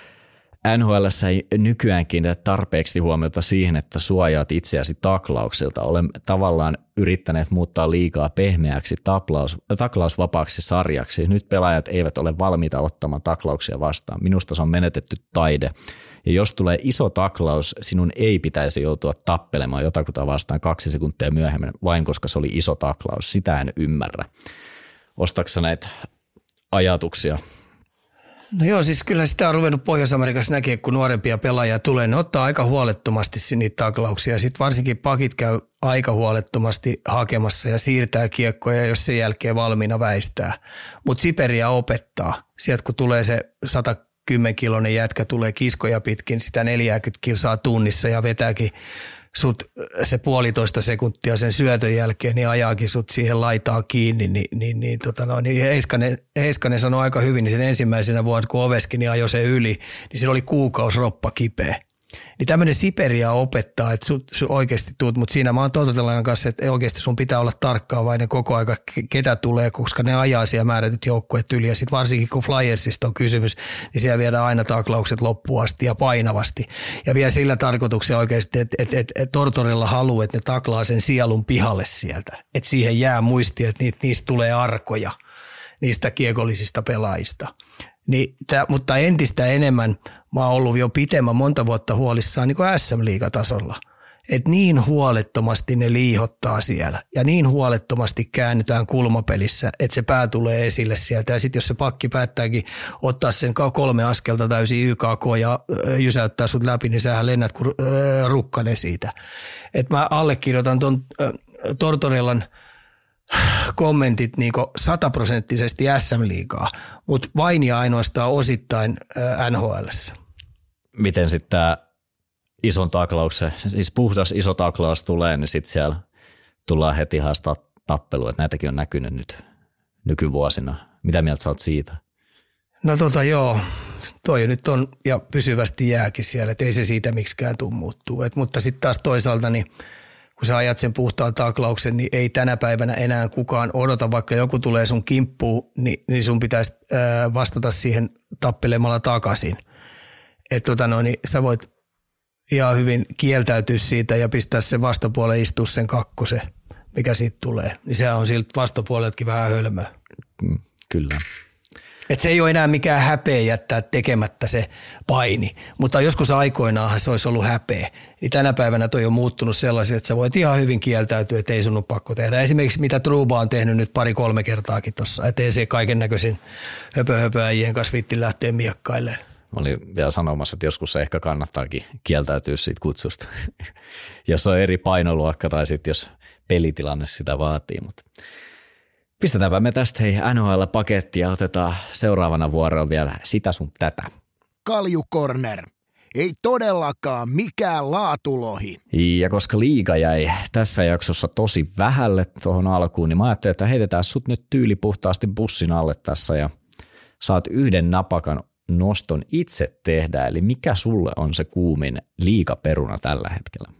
[SPEAKER 2] N H L:ssä ei nykyään kiinnitä tarpeeksi huomiota siihen, että suojaat itseäsi taklauksilta. Olen tavallaan yrittäneet muuttaa liigaa pehmeäksi taklaus, taklausvapaaksi sarjaksi. Nyt pelaajat eivät ole valmiita ottamaan taklauksia vastaan. Minusta se on menetetty taide. Ja jos tulee iso taklaus, sinun ei pitäisi joutua tappelemaan jotakuta vastaan kaksi sekuntia myöhemmin, vain koska se oli iso taklaus. Sitä en ymmärrä. Ostatko näitä ajatuksia?
[SPEAKER 3] No joo, siis kyllä sitä on ruvennut Pohjois-Amerikassa näkee, kun nuorempia pelaajia tulee, ne ottaa aika huolettomasti niitä taklauksia. Sitten varsinkin pakit käy aika huolettomasti hakemassa ja siirtää kiekkoja, jos sen jälkeen valmiina väistää. Mutta Siperia opettaa. Sieltä kun tulee se sata kymmenkiloinen jätkä, tulee kiskoja pitkin, sitä neljäkymmentä kilsaa tunnissa ja vetääkin sut se puolitoista sekuntia sen syötön jälkeen, niin ajaakin sut siihen laitaan kiinni, niin, niin, niin, tota no, niin Heiskanen, Heiskanen sanoi aika hyvin, niin sen ensimmäisenä vuonna, kun Oveskini ajoi sen yli, niin sillä oli kuukausi roppa kipeä. Niin tämmöinen Siperia opettaa, että sut, sut oikeasti tuut, mutta siinä mä oon Tortorellan kanssa, että oikeasti sun pitää olla tarkkaavainen koko aika, ketä tulee, koska ne ajaa siellä määrätyt joukkueet yli. Ja sitten varsinkin kun Flyersista on kysymys, niin siellä viedään aina taklaukset loppuun asti ja painavasti. Ja vielä sillä tarkoituksella oikeasti, että et, et, et Tortorella haluaa, että ne taklaa sen sielun pihalle sieltä. Että siihen jää muistia, että niistä, niistä tulee arkoja, niistä kiekollisista pelaajista. Niin, tää, mutta entistä enemmän mä oon ollut jo pitemmän monta vuotta huolissaan niin kuin S M-liigatasolla. Että niin huolettomasti ne liihottaa siellä ja niin huolettomasti käännytään kulmapelissä, että se pää tulee esille sieltä. Ja sitten jos se pakki päättääkin ottaa sen kolme askelta täysin Y K K ja jysäyttää sut läpi, niin sähän lennät kuin rukkanen siitä. Että mä allekirjoitan ton Tortorellan kommentit niin sataprosenttisesti S M-liigaa, mutta vain ja ainoastaan osittain N H L:ssä.
[SPEAKER 2] Miten sitten tämä ison taklauksen, siis puhdas iso taklaus tulee, niin sitten siellä tullaan heti haastaa tappelua, että näitäkin on näkynyt nyt nykyvuosina. Mitä mieltä sä oot siitä?
[SPEAKER 3] No tota joo, toi nyt on ja pysyvästi jääkin siellä, että ei se siitä miksikään tule muuttuu. Et, mutta sitten taas toisaalta niin kun sä ajat sen puhtaan taklauksen, niin ei tänä päivänä enää kukaan odota, vaikka joku tulee sun kimppuun, niin, niin sun pitäisi ää, vastata siihen tappelemalla takaisin. Että tota no, niin sä voit ihan hyvin kieltäytyä siitä ja pistää sen vastapuolelle istua sen kakkosen, mikä siitä tulee. Niin se on siltä vastapuoleltakin vähän hölmöä.
[SPEAKER 2] Kyllä.
[SPEAKER 3] Et se ei ole enää mikään häpeä jättää tekemättä se paini, mutta joskus aikoinaanhan se olisi ollut häpeä. Niin tänä päivänä toi on muuttunut sellaisia, että sä voit ihan hyvin kieltäytyä, että ei sun ole pakko tehdä. Esimerkiksi mitä Trouba on tehnyt nyt pari-kolme kertaakin tuossa, ettei se kaiken näköisin höpö-höpöäjien kanssa viitti lähteä miekkailemaan.
[SPEAKER 2] Mä olin vielä sanomassa, että joskus se ehkä kannattaakin kieltäytyä siitä kutsusta, jos on eri painoluokka tai sitten jos pelitilanne sitä vaatii. Mutta pistetäänpä me tästä hei N H L-paketti ja otetaan seuraavana vuoroon vielä sitä sun tätä.
[SPEAKER 1] Kaljukorner. Ei todellakaan mikään laatulohi.
[SPEAKER 2] Ja koska liiga jäi tässä jaksossa tosi vähälle tuohon alkuun, niin mä ajattelin, että heitetään sut nyt tyylipuhtaasti bussin alle tässä ja saat yhden napakan noston itse tehdä. Eli mikä sulle on se kuumin liigaperuna tällä hetkellä?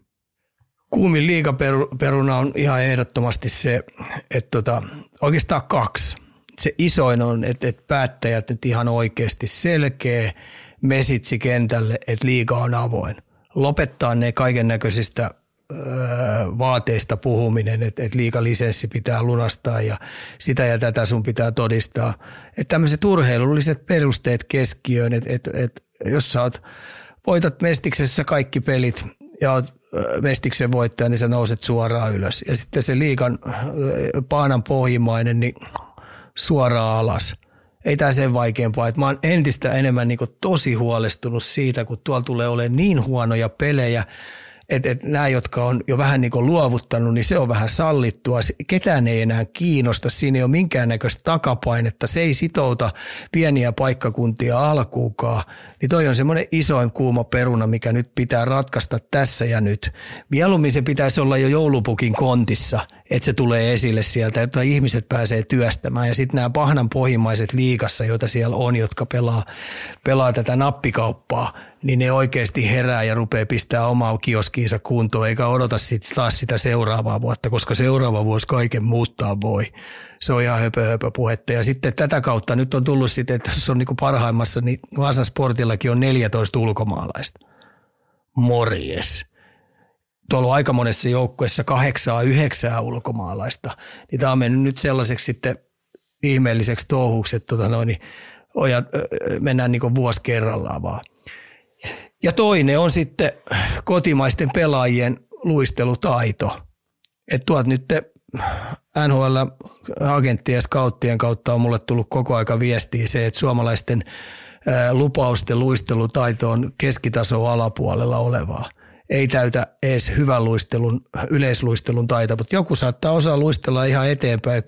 [SPEAKER 3] Kuumin liigaperuna on ihan ehdottomasti se, että tota, oikeastaan kaksi. Se isoin on, että, että päättäjät nyt ihan oikeasti selkeä mesitsi kentälle, että liiga on avoin. Lopettaa ne kaiken näköisistä öö, vaateista puhuminen, että, että liigalisenssi pitää lunastaa ja sitä ja tätä sun pitää todistaa. Että tämmöiset urheilulliset perusteet keskiöön, että, että, että jos sä oot, voitat Mestiksessä kaikki pelit ja oot Mestiksen voittaja, niin sä nouset suoraan ylös. Ja sitten se liigan paanan pohjimainen, niin suoraan alas. Ei tämä sen vaikeampaa. Että mä oon entistä enemmän niin kuin tosi huolestunut siitä, kun tuolla tulee olemaan niin huonoja pelejä, että et nämä, jotka on jo vähän niin kuin luovuttanut, niin se on vähän sallittua. Ketään ei enää kiinnosta. Siinä ei ole minkäännäköistä takapainetta. Se ei sitouta pieniä paikkakuntia alkuukaan. Niin toi on semmoinen isoin kuuma peruna, mikä nyt pitää ratkaista tässä ja nyt. Mieluummin se pitäisi olla jo joulupukin kontissa, että se tulee esille sieltä, että ihmiset pääsee työstämään. Ja sitten nämä pahnan pohjimaiset liigassa, joita siellä on, jotka pelaa, pelaa tätä nappikauppaa, niin ne oikeasti herää ja rupeaa pistää omaa kioskiinsa kuntoon, eikä odota sit taas sitä seuraavaa vuotta, koska seuraava vuosi kaiken muuttaa voi. Se on ihan höpö, höpö puhetta. Ja sitten tätä kautta nyt on tullut sitten, että se on niin kuin parhaimmassa, niin Vaasan Sportillakin on neljätoista ulkomaalaista. Morjes. Tuolla on aika monessa joukkueessa kahdeksaa, yhdeksää ulkomaalaista. Niin tämä on mennyt nyt sellaiseksi sitten ihmeelliseksi touhuksi, että tota noin, niin, ja, mennään niin kuin vuosi kerrallaan vaan. Ja toinen on sitten kotimaisten pelaajien luistelutaito. Että tuot nyt N H L-agenttien ja scouttien kautta on mulle tullut koko aika viestiä se, että suomalaisten lupausten luistelutaito on keskitason alapuolella olevaa. Ei täytä edes hyvän luistelun, yleisluistelun taitoa, mutta joku saattaa osaa luistella ihan eteenpäin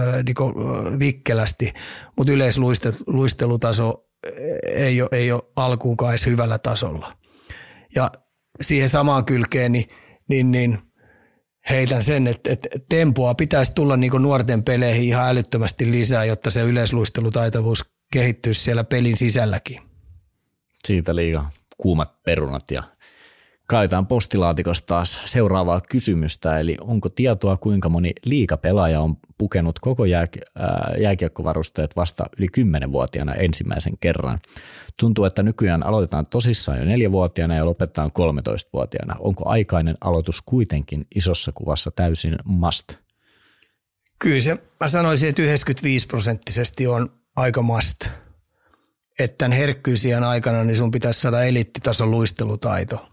[SPEAKER 3] niin vikkelästi, mutta yleisluistelutaso ei ole, ei ole alkuunkaan edes hyvällä tasolla. Ja siihen samaan kylkeen niin, niin, niin heitän sen, että, että tempoa pitäisi tulla niin kuin nuorten peleihin ihan älyttömästi lisää, jotta se yleisluistelutaitavuus kehittyisi siellä pelin sisälläkin.
[SPEAKER 2] Siitä liiga kuumat perunat ja kaitaan postilaatikosta taas seuraavaa kysymystä, eli onko tietoa kuinka moni liigapelaaja on pukenut koko jääk- äh, jääkiekkovarusteet vasta yli kymmenvuotiaana ensimmäisen kerran? Tuntuu, että nykyään aloitetaan tosissaan jo neljävuotiaana ja lopetetaan kolmetoistavuotiaana. Onko aikainen aloitus kuitenkin isossa kuvassa täysin must?
[SPEAKER 3] Kyllä se, mä sanoisin, että yhdeksänkymmentäviisi prosenttisesti on aika must. Että tämän herkkyysien aikana niin sun pitäisi saada eliittitason luistelutaito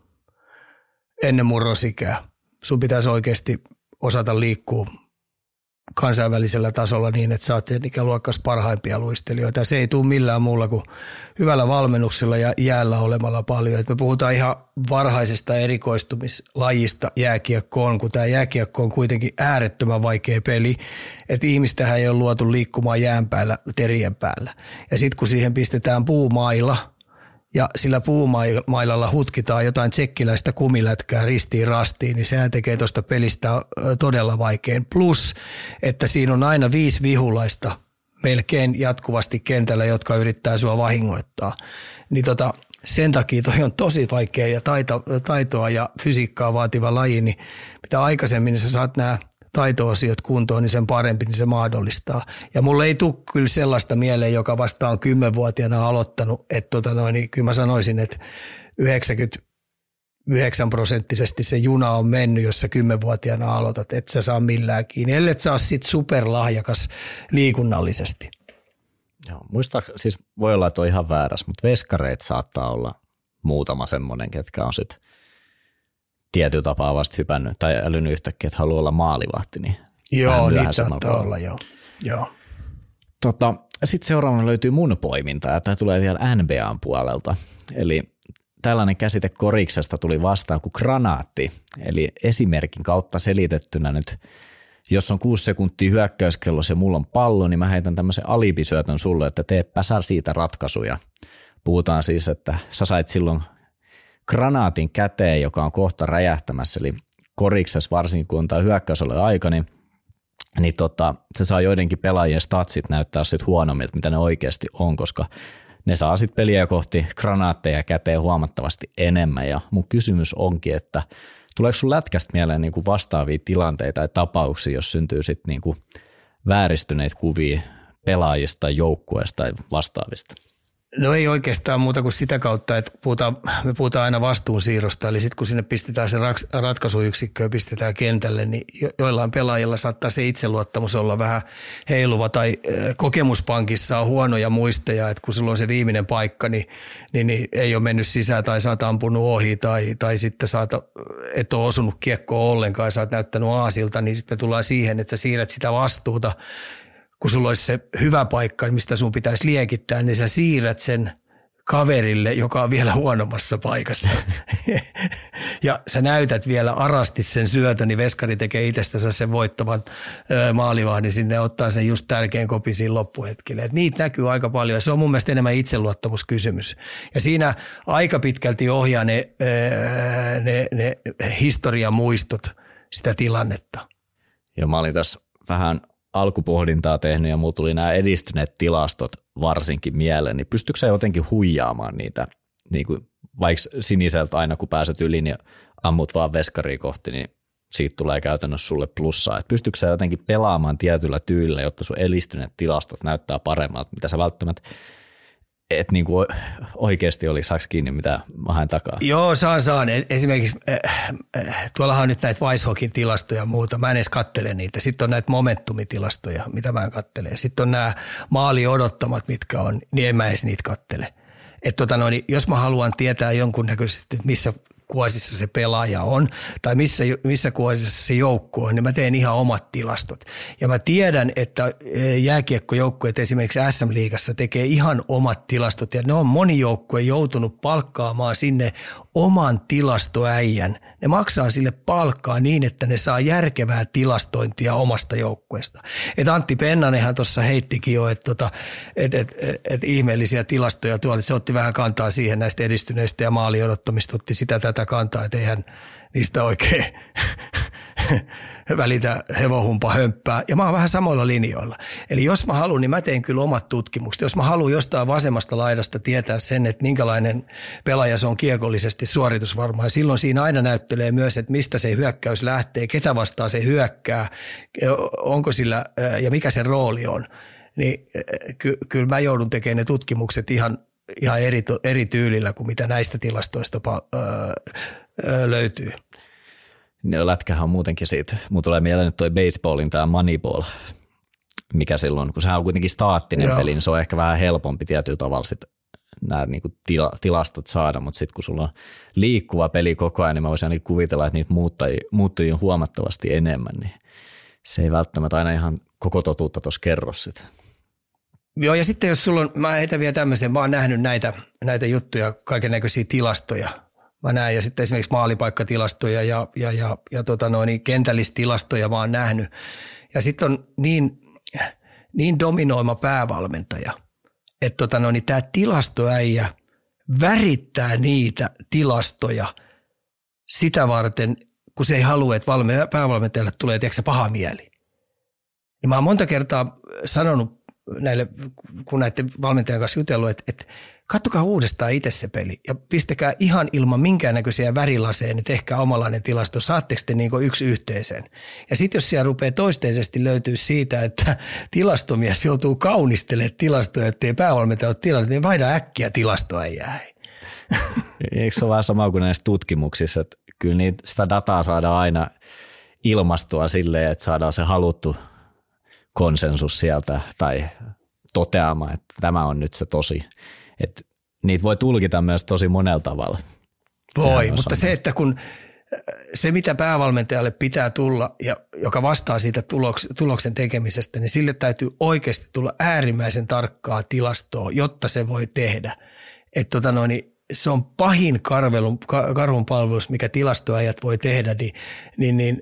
[SPEAKER 3] ennen murrosikää. Sun pitäisi oikeasti osata liikkua kansainvälisellä tasolla niin, että sä oot sen ikäluokkas parhaimpia luistelijoita. Se ei tule millään muulla kuin hyvällä valmennuksella ja jäällä olemalla paljon. Et me puhutaan ihan varhaisesta erikoistumislajista jääkiekkoon, kun tämä jääkiekko on kuitenkin äärettömän vaikea peli, että ihmistähän ei ole luotu liikkumaan jään päällä, terien päällä. Ja sitten kun siihen pistetään puumailla, ja sillä puumailalla hutkitaan jotain tsekkiläistä kumilätkää ristiin rastiin, niin sehän tekee tuosta pelistä todella vaikein. Plus, että siinä on aina viisi vihulaista melkein jatkuvasti kentällä, jotka yrittää sua vahingoittaa. Niin tota, sen takia toi on tosi vaikea ja taito, taitoa ja fysiikkaa vaativa laji, niin mitä aikaisemmin sä saat nämä taito-osiot kuntoon, niin sen parempi, niin se mahdollistaa. Ja mulle ei tule kyllä sellaista mieleen, joka vasta on kymmenvuotiaana aloittanut, että tota noin, niin kyllä mä sanoisin, että yhdeksänkymmentäyhdeksän prosenttisesti se juna on mennyt, jos sä kymmenvuotiaana aloitat, et sä saa millään kiinni, ellet saa sit superlahjakas liikunnallisesti.
[SPEAKER 2] Joo, Muista, siis voi olla, että on ihan väärässä, mutta veskareit saattaa olla muutama semmoinen, ketkä on sitten tietyllä tapaa vasta hypännyt tai älynyt yhtäkkiä, että haluaa olla maalivahti. Niin
[SPEAKER 3] joo, niitä saattaa olla, joo. joo.
[SPEAKER 2] Tota, sitten seuraavana löytyy mun poiminta, ja tämä tulee vielä N B A:n puolelta. Eli tällainen käsite koriksesta tuli vastaan kuin granaatti, eli esimerkin kautta selitettynä nyt, jos on kuusi sekuntia hyökkäyskellossa ja mulla on pallo, niin mä heitän tämmöisen alibisyötön sulle, että teepä sä siitä ratkaisuja. Puhutaan siis, että sä sait silloin granaatin käteen, joka on kohta räjähtämässä, eli koriksessa varsinkin kun on tämä hyökkäysolle aika, niin, niin tota, se saa joidenkin pelaajien statsit näyttää sitten huonommilta, mitä ne oikeasti on, koska ne saa sitten peliä kohti granaatteja käteen huomattavasti enemmän, ja mun kysymys onkin, että tuleeko sun lätkästä mieleen niinku vastaavia tilanteita tai tapauksia, jos syntyy sitten niinku vääristyneitä kuvia pelaajista tai joukkueesta tai vastaavista?
[SPEAKER 3] No ei oikeastaan muuta kuin sitä kautta, että puhutaan, me puhutaan aina vastuunsiirrosta, eli sitten kun sinne pistetään se ratkaisuyksikkö ja pistetään kentälle, niin joillain pelaajilla saattaa se itseluottamus olla vähän heiluva tai kokemuspankissa on huonoja muisteja, että kun sulla on se viimeinen paikka, niin, niin, niin ei ole mennyt sisään tai sä oot ampunut ohi tai, tai sitten sä oot, et ole osunut kiekkoon ollenkaan ja sä oot näyttänyt aasilta, niin sitten me tullaan siihen, että sä siirrät sitä vastuuta. Kun sulla olisi se hyvä paikka, mistä sun pitäisi liekittää, niin sä siirrät sen kaverille, joka on vielä huonommassa paikassa. Ja sä näytät vielä arasti sen syötön, niin veskari tekee itsestänsä sen voittavan maalivahdin sinne, ottaa sen just tärkeän kopin siinä loppuhetkellä. Et niitä näkyy aika paljon ja se on mun mielestä enemmän itseluottamuskysymys. Ja siinä aika pitkälti ohjaa ne, ne, ne historian muistot sitä tilannetta.
[SPEAKER 2] Ja mä olin tässä vähän alkupohdintaa tehnyt ja mulla tuli nämä edistyneet tilastot varsinkin mieleen, niin pystytkö sä jotenkin huijaamaan niitä, niin kuin vaikka siniseltä aina kun pääset yli ja ammut vaan veskaria kohti, niin siitä tulee käytännössä sulle plussaa. Et pystytkö sä jotenkin pelaamaan tietyllä tyylillä, jotta sun edistyneet tilastot näyttää paremmalta, mitä sä välttämättä et niin kuin oikeasti oli saaks kiinni, mitä mä haen takaa.
[SPEAKER 3] Joo, saan, saan. Esimerkiksi äh, äh, tuollahan on nyt näitä Weisshockeyn tilastoja ja muuta. Mä en edes kattele niitä. Sitten on näitä momentumitilastoja, mitä mä en kattele. Sitten on nämä maali odottamat, mitkä on, niin en mä edes niitä kattele. Et tota no, niin jos mä haluan tietää jonkunnäköisesti, missä kuosissa se pelaaja on tai missä, missä kuosissa se joukko on, niin mä teen ihan omat tilastot. Ja mä tiedän, että jääkiekkojoukkueet esimerkiksi S M-liigassa tekee ihan omat tilastot ja ne on moni joukkue joutunut palkkaamaan sinne oman tilastoäijän. Ne maksaa sille palkkaa niin, että ne saa järkevää tilastointia omasta joukkueesta. Et Antti Pennanenhan tuossa heittikin jo, että tota, et, et, et, et ihmeellisiä tilastoja tuolla. Se otti vähän kantaa siihen näistä edistyneistä ja maaliodottamista, otti sitä tätä kantaa, että eihän niistä oikein välitä hevonhumpa hömppää. Ja mä oon vähän samoilla linjoilla. Eli jos mä haluan, niin mä teen kyllä omat tutkimukset. Jos mä haluan jostain vasemmasta laidasta tietää sen, että minkälainen pelaaja se on kiekollisesti suoritusvarma. Ja silloin siinä aina näyttelee myös, että mistä se hyökkäys lähtee, ketä vastaan se hyökkää, onko sillä ja mikä se rooli on. Niin ky- kyllä mä joudun tekemään ne tutkimukset ihan, ihan eri, eri tyylillä kuin mitä näistä tilastoista öö, öö, löytyy.
[SPEAKER 2] No, lätkähän on muutenkin siitä. Mulla tulee mieleen nyt toi baseballin tämä Moneyball, mikä silloin, kun sehän on kuitenkin staattinen Joo. peli, niin se on ehkä vähän helpompi tietyllä tavalla sit nämä niinku tila, tilastot saada, mutta sitten kun sulla on liikkuva peli koko ajan, niin mä voisin ainakin kuvitella, että niitä muuttujia on huomattavasti enemmän, niin se ei välttämättä aina ihan koko totuutta tuossa kerro sitä.
[SPEAKER 3] Joo, ja sitten jos sulla on, mä heitän vielä tämmöisen, mä oon nähnyt näitä, näitä juttuja, kaikennäköisiä tilastoja. Mä näen ja sitten esimerkiksi maalipaikkatilastoja ja, ja, ja, ja tota noin, kentällistilastoja mä oon nähnyt. Ja sitten on niin, niin dominoima päävalmentaja, että tota noin, tämä tilastoäijä värittää niitä tilastoja sitä varten, kun se ei halua, että päävalmentajalle tulee tiedätkö, paha mieli. Ja mä oon monta kertaa sanonut näille, kun näiden valmentajan kanssa jutellut, että, että katsokaa uudestaan itse se peli ja pistäkää ihan ilman minkäännäköisiä värilaseja, niin tehkää omalainen tilasto. Saatteko te niin kuin yksi yhteiseen? Ja sitten jos siellä rupeaa toisteisesti löytyä siitä, että tilastomies joutuu kaunistelemaan tilastoja, ettei päävalmentaja ole tilastoja, niin vaihda äkkiä tilastoa ei jää.
[SPEAKER 2] Eikö se ole vähän sama kuin näissä tutkimuksissa, että kyllä niitä, sitä dataa saadaan aina ilmastua silleen, että saadaan se haluttu konsensus sieltä tai toteamaan, että tämä on nyt se tosi. Että niitä voi tulkita myös tosi monella tavalla.
[SPEAKER 3] Voi, mutta se, että kun se, mitä päävalmentajalle pitää tulla, ja joka vastaa siitä tuloks, tuloksen tekemisestä, niin sille täytyy oikeasti tulla äärimmäisen tarkkaa tilastoa, jotta se voi tehdä. Että tota noin, niin se on pahin karvelun, karvun palvelus, mikä tilastoajat voi tehdä, niin, niin, niin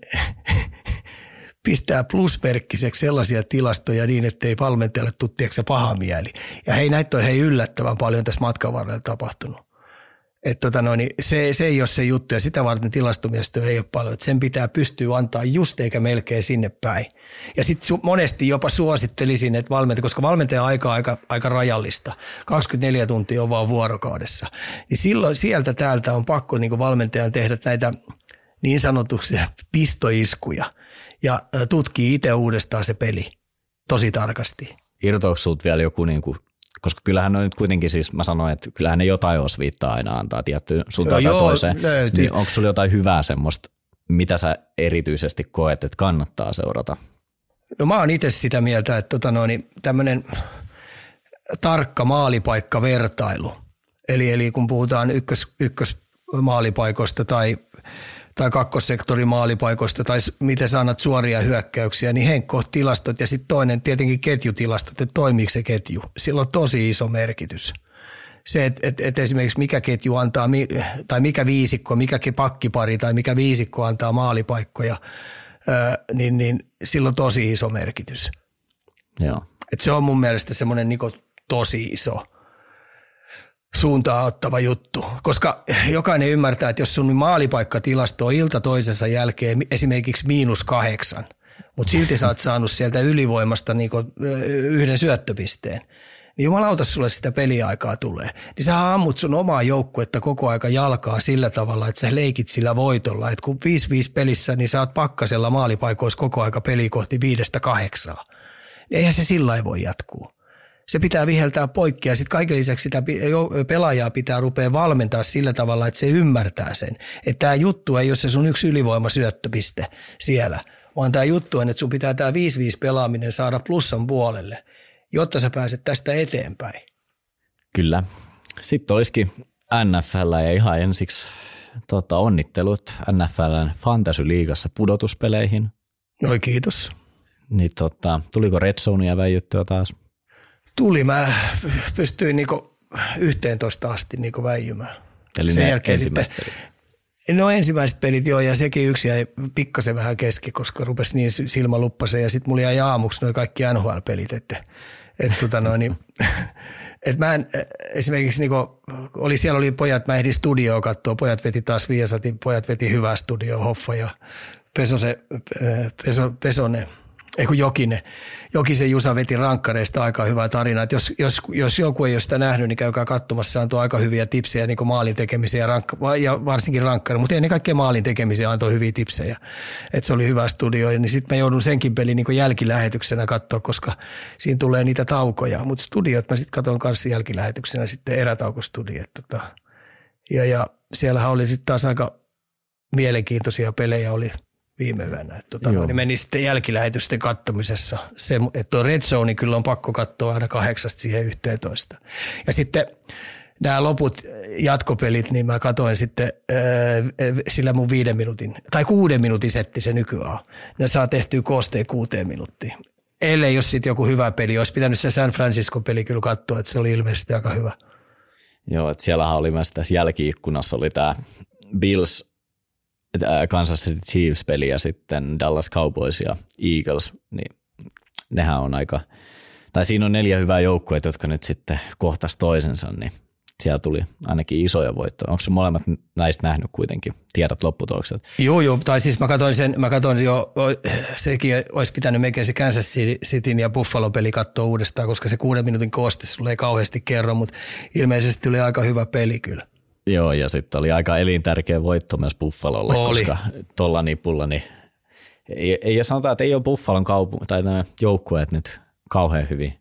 [SPEAKER 3] pistää plusmerkkiseksi sellaisia tilastoja niin, ettei valmentajalle tule tiedätkö, paha mieli. Ja hei, näitä on hei yllättävän paljon tässä matkan varrella tapahtunut. Että tota noin, se, se ei ole se juttu ja sitä varten tilastomiestö ei ole paljon. Että sen pitää pystyä antaa just eikä melkein sinne päin. Ja sitten monesti jopa suosittelisin, että valmentaja, koska valmentajan aika on aika, aika rajallista, kaksikymmentäneljä tuntia on vaan vuorokaudessa, niin silloin sieltä täältä on pakko niin kuin valmentajan tehdä näitä niin sanotuksia pistoiskuja ja tutkii itse uudestaan se peli tosi tarkasti.
[SPEAKER 2] Irtoako sulta vielä joku niin kuin koska kyllähän on nyt kuitenkin siis, mä sanoin, että kyllähän ne jotain osviittaa aina antaa tiettyyn suuntaan tai toiseen. Niin onko sulla jotain hyvää semmoista, mitä sä erityisesti koet, että kannattaa seurata?
[SPEAKER 3] No mä oon itse sitä mieltä, että tota noin, tämmöinen tarkka maalipaikkavertailu. Eli, eli kun puhutaan ykkös, ykkösmaalipaikoista tai tai kakkossektorin maalipaikoista tai miten sä annat suoria hyökkäyksiä, niin Henkko-tilastot ja sitten toinen tietenkin ketjutilastot, että toimiiko se ketju. Sillä on tosi iso merkitys. Se, että et, et esimerkiksi mikä ketju antaa, tai mikä viisikko, mikä pakkipari tai mikä viisikko antaa maalipaikkoja, ää, niin, niin sillä on tosi iso merkitys.
[SPEAKER 2] Joo.
[SPEAKER 3] Et se on mun mielestä semmoinen niin tosi iso suuntaa ottava juttu, koska jokainen ymmärtää, että jos sun maalipaikkatilasto on ilta toisensa jälkeen esimerkiksi miinus kahdeksan, mutta silti sä oot saanut sieltä ylivoimasta niinku yhden syöttöpisteen, niin jumalauta sulle sitä peliaikaa tulee. Niin sä ammut sun omaa joukkuetta koko aika jalkaa sillä tavalla, että sä leikit sillä voitolla, että kun viisi viisi pelissä, niin sä oot pakkasella maalipaikoissa koko aika peli kohti viidestä kahdeksaa. Eihän se sillä ei voi jatkuu. Se pitää viheltää poikki ja sitten kaiken lisäksi sitä pelaajaa pitää rupea valmentaa sillä tavalla, että se ymmärtää sen. Että tämä juttu ei ole se sun yksi ylivoimasyöttöpiste siellä, vaan tämä juttu on, että sun pitää tämä viisi viisi pelaaminen saada plussan puolelle, jotta sä pääset tästä eteenpäin.
[SPEAKER 2] Kyllä. Sitten olisikin N F L ja ihan ensiksi tota, onnittelut N F L:n Fantasy-liigassa pudotuspeleihin.
[SPEAKER 3] Noi kiitos.
[SPEAKER 2] Niin tota, tuliko Red Zonea väijyttyä taas?
[SPEAKER 3] Tuli. Mä pystyin niinku yhteentoista asti niinku väijymään.
[SPEAKER 2] Eli
[SPEAKER 3] sen
[SPEAKER 2] ne
[SPEAKER 3] jälkeen
[SPEAKER 2] ensimmäiset
[SPEAKER 3] sitten,
[SPEAKER 2] pelit?
[SPEAKER 3] No ensimmäiset pelit joo, ja sekin yksi jäi pikkasen vähän keski, koska rupesi niin silmä luppaseen, ja sitten mulla jäi aamuksi noi kaikki N H L-pelit, että et, tota no, niin, et mä en, esimerkiksi niinku, oli, siellä oli pojat, mä ehdin studioon katsoa, pojat veti taas Viasatin, pojat veti hyvää studioa, Hoffa ja Pesose, Peso, Pesonen. Ei kun Jokinen. Jokisen Jusa veti rankkareista aika hyvää tarinaa. Että jos, jos, jos joku ei ole sitä nähnyt, niin käykää katsomassa. Se antoi aika hyviä tipsejä niin maalin tekemiseen ja, rankka, ja varsinkin rankkari. Mutta ei ne kaikkea maalin tekemiseen antoi hyviä tipsejä. Että se oli hyvä studio. Niin sitten mä joudun senkin pelin niin jälkilähetyksenä katsoa, koska siinä tulee niitä taukoja. Mutta studiot mä sitten katson kanssa jälkilähetyksenä sitten erätaukostudiot. Tota. Ja, ja siellähän oli sitten taas aika mielenkiintoisia pelejä oli viime yönä. Tota, no, niin meni sitten jälkilähetysten kattomisessa. Se, että tuo Red Zone kyllä on pakko katsoa aina kahdeksasta siihen yhteentoista. Ja sitten nämä loput jatkopelit, niin mä katoin sitten äh, sillä mun viiden minuutin, tai kuuden minuutin setti se nykyään. Ne saa tehtyä koosteen kuuteen minuuttiin. Ellei jos sitten joku hyvä peli, olisi pitänyt se San Francisco-peli kyllä katsoa, että se oli ilmeisesti aika hyvä.
[SPEAKER 2] Joo, että siellähän oli myös tässä jälki-ikkunassa oli tämä Bills, Kansas City Chiefs-peli ja sitten Dallas Cowboys ja Eagles, niin nehän on aika, tai siinä on neljä hyvää joukkuetta, jotka nyt sitten kohtas toisensa, niin siellä tuli ainakin isoja voittoja. Onko sun molemmat näistä nähnyt kuitenkin? Tiedät lopputulokset?
[SPEAKER 3] Joo, joo, tai siis mä katsoin sen, mä katsoin jo, sekin olisi pitänyt melkein se Kansas Cityn ja Buffalo-peli katsoa uudestaan, koska se kuuden minuutin kooste sulle ei kauheasti kerro, mutta ilmeisesti oli aika hyvä peli kyllä.
[SPEAKER 2] Joo, ja sitten oli aika elintärkeä voitto myös Buffalolle, oli. Koska tuolla nipulla, niin ei, ei sanotaan, että ei ole Buffalon kaupunki tai nämä joukkueet nyt kauhean hyvin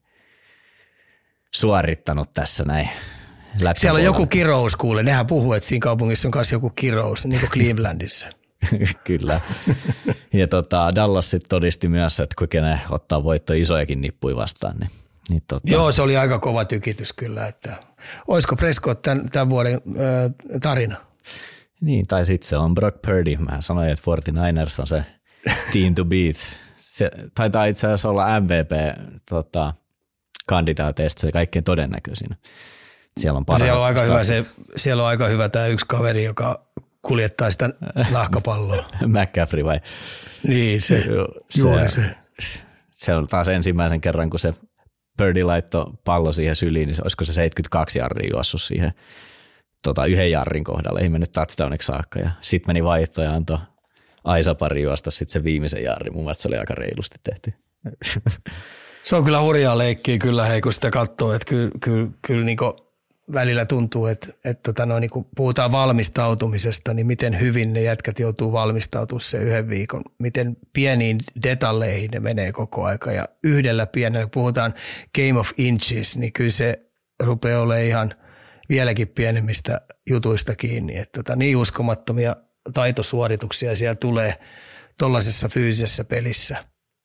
[SPEAKER 2] suorittanut tässä näin.
[SPEAKER 3] Siellä on joku kirous, kuule. Nehän puhuu, että siinä kaupungissa on myös joku kirous, niin kuin Clevelandissa.
[SPEAKER 2] Kyllä. Ja tota, Dallas sitten todisti myös, että kun kenen ottaa voitto isojakin nippuja vastaan, niin Niin tota...
[SPEAKER 3] Joo, se oli aika kova tykitys kyllä. Että olisiko Prescott tämän, tämän vuoden äh, tarina? Niin,
[SPEAKER 2] tai sitten se on Brock Purdy. Mä sanoin, että forty-niners on se team to beat. Se taitaa itse asiassa olla M V P tota, kandidaateista se kaikkein todennäköisin. Siellä on,
[SPEAKER 3] siellä on aika hyvä se, siellä on aika hyvä tämä yksi kaveri, joka kuljettaa sitä nahkapalloa.
[SPEAKER 2] McCaffrey vai?
[SPEAKER 3] Niin, se, juuri se.
[SPEAKER 2] se. Se on taas ensimmäisen kerran, kun se Purdy laittoi pallo siihen syliin, niin olisiko se seitsemänkymmentäkaksi jarria juossut siihen tota, yhden jarrin kohdalle. Ei mennyt touchdowniksi saakka. Sitten meni vaihto ja antoi Aisapari juosta sitten se viimeisen jarrin. Mun mielestä se oli aika reilusti tehty.
[SPEAKER 3] Se on kyllä hurjaa leikkiä kyllä, hei, kun sitä katsoo, että kyllä, kyllä, kyllä niin välillä tuntuu, että, että tota no, niin kun puhutaan valmistautumisesta, niin miten hyvin ne jätkät joutuu valmistautumaan sen yhden viikon, miten pieniin detalleihin ne menee koko aika ja yhdellä pienellä, kun puhutaan game of inches, niin kyllä se rupeaa olemaan ihan vieläkin pienemmistä jutuista kiinni, että tota, niin uskomattomia taitosuorituksia siellä tulee tuollaisessa fyysisessä pelissä.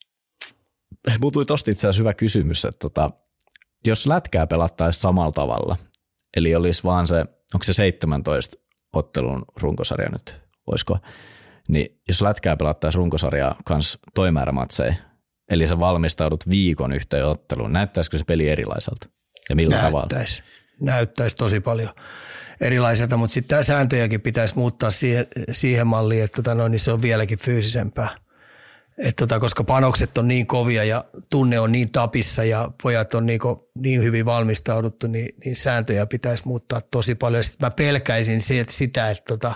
[SPEAKER 2] Mulla tuli tosta itse asiassa hyvä kysymys, että tota, jos lätkää pelattaisiin samalla tavalla, eli olisi vaan se, onko se seitsemäntoista ottelun runkosarja nyt, olisiko, niin jos lätkää pelattaisiin runkosarjaa kanssa toimäärämatseja, eli sä valmistaudut viikon yhteen otteluun, näyttäisikö se peli erilaiselta ja millä
[SPEAKER 3] näyttäisi,
[SPEAKER 2] tavalla?
[SPEAKER 3] Näyttäisi tosi paljon erilaiselta, mutta sitten tämä sääntöjäkin pitäisi muuttaa siihen, siihen malliin, että tota, no, niin se on vieläkin fyysisempää. Et tota, koska panokset on niin kovia ja tunne on niin tapissa ja pojat on niin, niin hyvin valmistauduttu, niin, niin sääntöjä pitäisi muuttaa tosi paljon. Sitten mä pelkäisin sitä, että tota,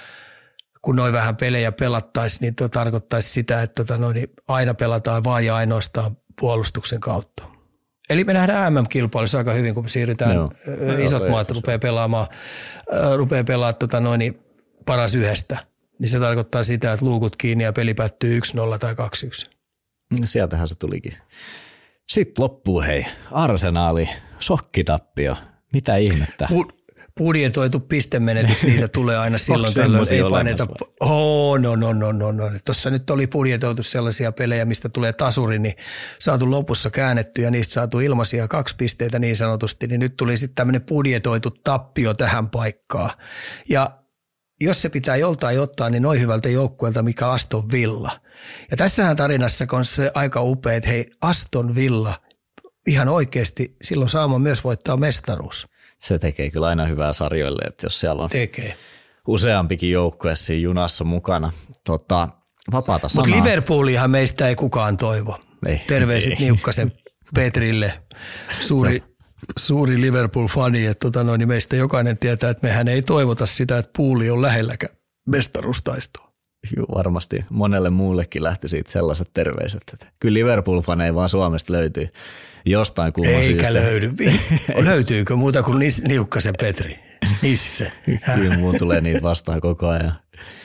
[SPEAKER 3] kun noin vähän pelejä pelattaisiin, niin to tarkoittaisi sitä, että tota, no, niin aina pelataan vain ja ainoastaan puolustuksen kautta. Eli me nähdään M M-kilpailussa aika hyvin, kun me siirrytään, no, isot no, maat rupeaa pelaamaan, rupeaa pelaamaan tota, noin, niin paras yhdestä. Niin se tarkoittaa sitä, että luukut kiinni ja peli päättyy yksi nolla tai kaksi yksi.
[SPEAKER 2] Sieltähän se tulikin. Sitten loppuu hei, Arsenaali, shokkitappio, mitä ihmettä?
[SPEAKER 3] Pu- budjetoitu pistemenetys, niitä tulee aina silloin tällöin. Ei paineta. Oh, no, no, no, no, no. Tuossa nyt oli budjetoitu sellaisia pelejä, mistä tulee tasuri, niin saatu lopussa käännetty ja niistä saatu ilmaisia kaksi pisteitä niin sanotusti, niin nyt tuli sitten tämmöinen budjetoitu tappio tähän paikkaan. Ja jos se pitää joltain ottaa, niin noin hyvältä joukkueelta, mikä Aston Villa. Ja tässähän tarinassa on se aika upea, että hei, Aston Villa ihan oikeasti silloin saama myös voittaa mestaruus.
[SPEAKER 2] Se tekee kyllä aina hyvää sarjoille, että jos siellä on
[SPEAKER 3] tekee.
[SPEAKER 2] useampikin joukkue siinä junassa mukana. Tota, vapaata sanaa.
[SPEAKER 3] Mutta Liverpoolihan meistä ei kukaan toivo. Ei, Terveiset ei. Niukkasen Petrille, suuri, no. suuri Liverpool-fani, että tota noin, niin meistä jokainen tietää, että mehän ei toivota sitä, että puuli on lähelläkään mestaruustaistoa.
[SPEAKER 2] Joo, varmasti monelle muullekin lähti siitä sellaiset terveiset, että kyllä Liverpool-faneja vaan Suomesta löytyy jostain kumman
[SPEAKER 3] Eikä
[SPEAKER 2] syystä.
[SPEAKER 3] Eikä löydy. Löytyykö muuta kuin nis, Niukkasen Petri? Nisse.
[SPEAKER 2] Kyllä muu tulee niitä vastaan koko ajan.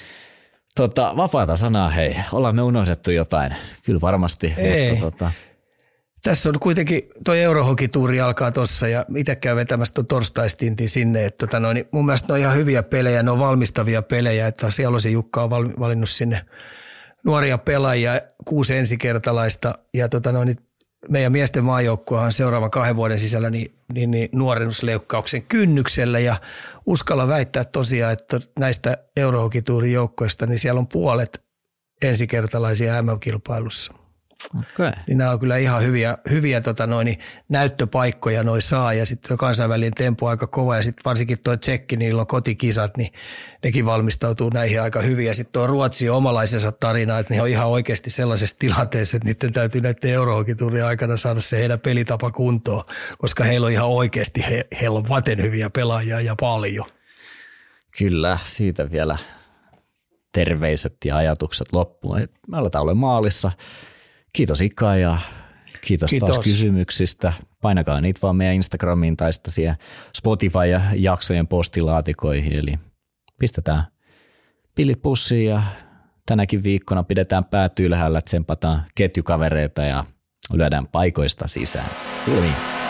[SPEAKER 2] Tota, vapaata sanaa, hei. Ollaan me unohdettu jotain. Kyllä varmasti.
[SPEAKER 3] Ei.
[SPEAKER 2] Mutta, tota...
[SPEAKER 3] Tässä on kuitenkin, toi Eurohockey-tuuri alkaa tossa ja itse käy vetämässä tuon torstaistintin sinne. Että tota noin, mun mielestä ne on ihan hyviä pelejä, ne on valmistavia pelejä. Että siellä on se Jukka on valinnut sinne nuoria pelaajia, kuusi ensikertalaista ja tota noin, meidän miesten maajoukkuehan seuraavan kahden vuoden sisällä niin, niin, niin nuorennusleukkauksen kynnyksellä ja uskalla väittää tosiaan, että näistä Eurohockey-tuurin joukkoista niin siellä on puolet ensikertalaisia M M-kilpailussa.
[SPEAKER 2] Okay.
[SPEAKER 3] Niin nämä on kyllä ihan hyviä, hyviä tota noin, näyttöpaikkoja noi saa ja sitten kansainvälinen tempo aika kova ja sitten varsinkin tuo Tsekki, niillä on kotikisat, niin nekin valmistautuu näihin aika hyvin ja sitten tuo Ruotsi on omalaisensa tarina, että ne on ihan oikeasti sellaisessa tilanteessa, että niiden täytyy näiden Eurohockey-tuurin aikana saada se heidän pelitapa kuntoon, koska heillä on ihan oikeasti, he, heillä on vaten hyviä pelaajia ja paljon.
[SPEAKER 2] Kyllä, siitä vielä terveiset ja ajatukset loppuun. Me aletaan olla maalissa. Kiitos Ika ja kiitos, kiitos taas kysymyksistä. Painakaa niitä vaan meidän Instagramiin tai sitten siihen Spotify ja jaksojen postilaatikoihin. Eli pistetään pillit pussiin ja tänäkin viikkona pidetään päät ylhäällä, tsempataan ketjukavereita ja lyödään paikoista sisään. Hyvin.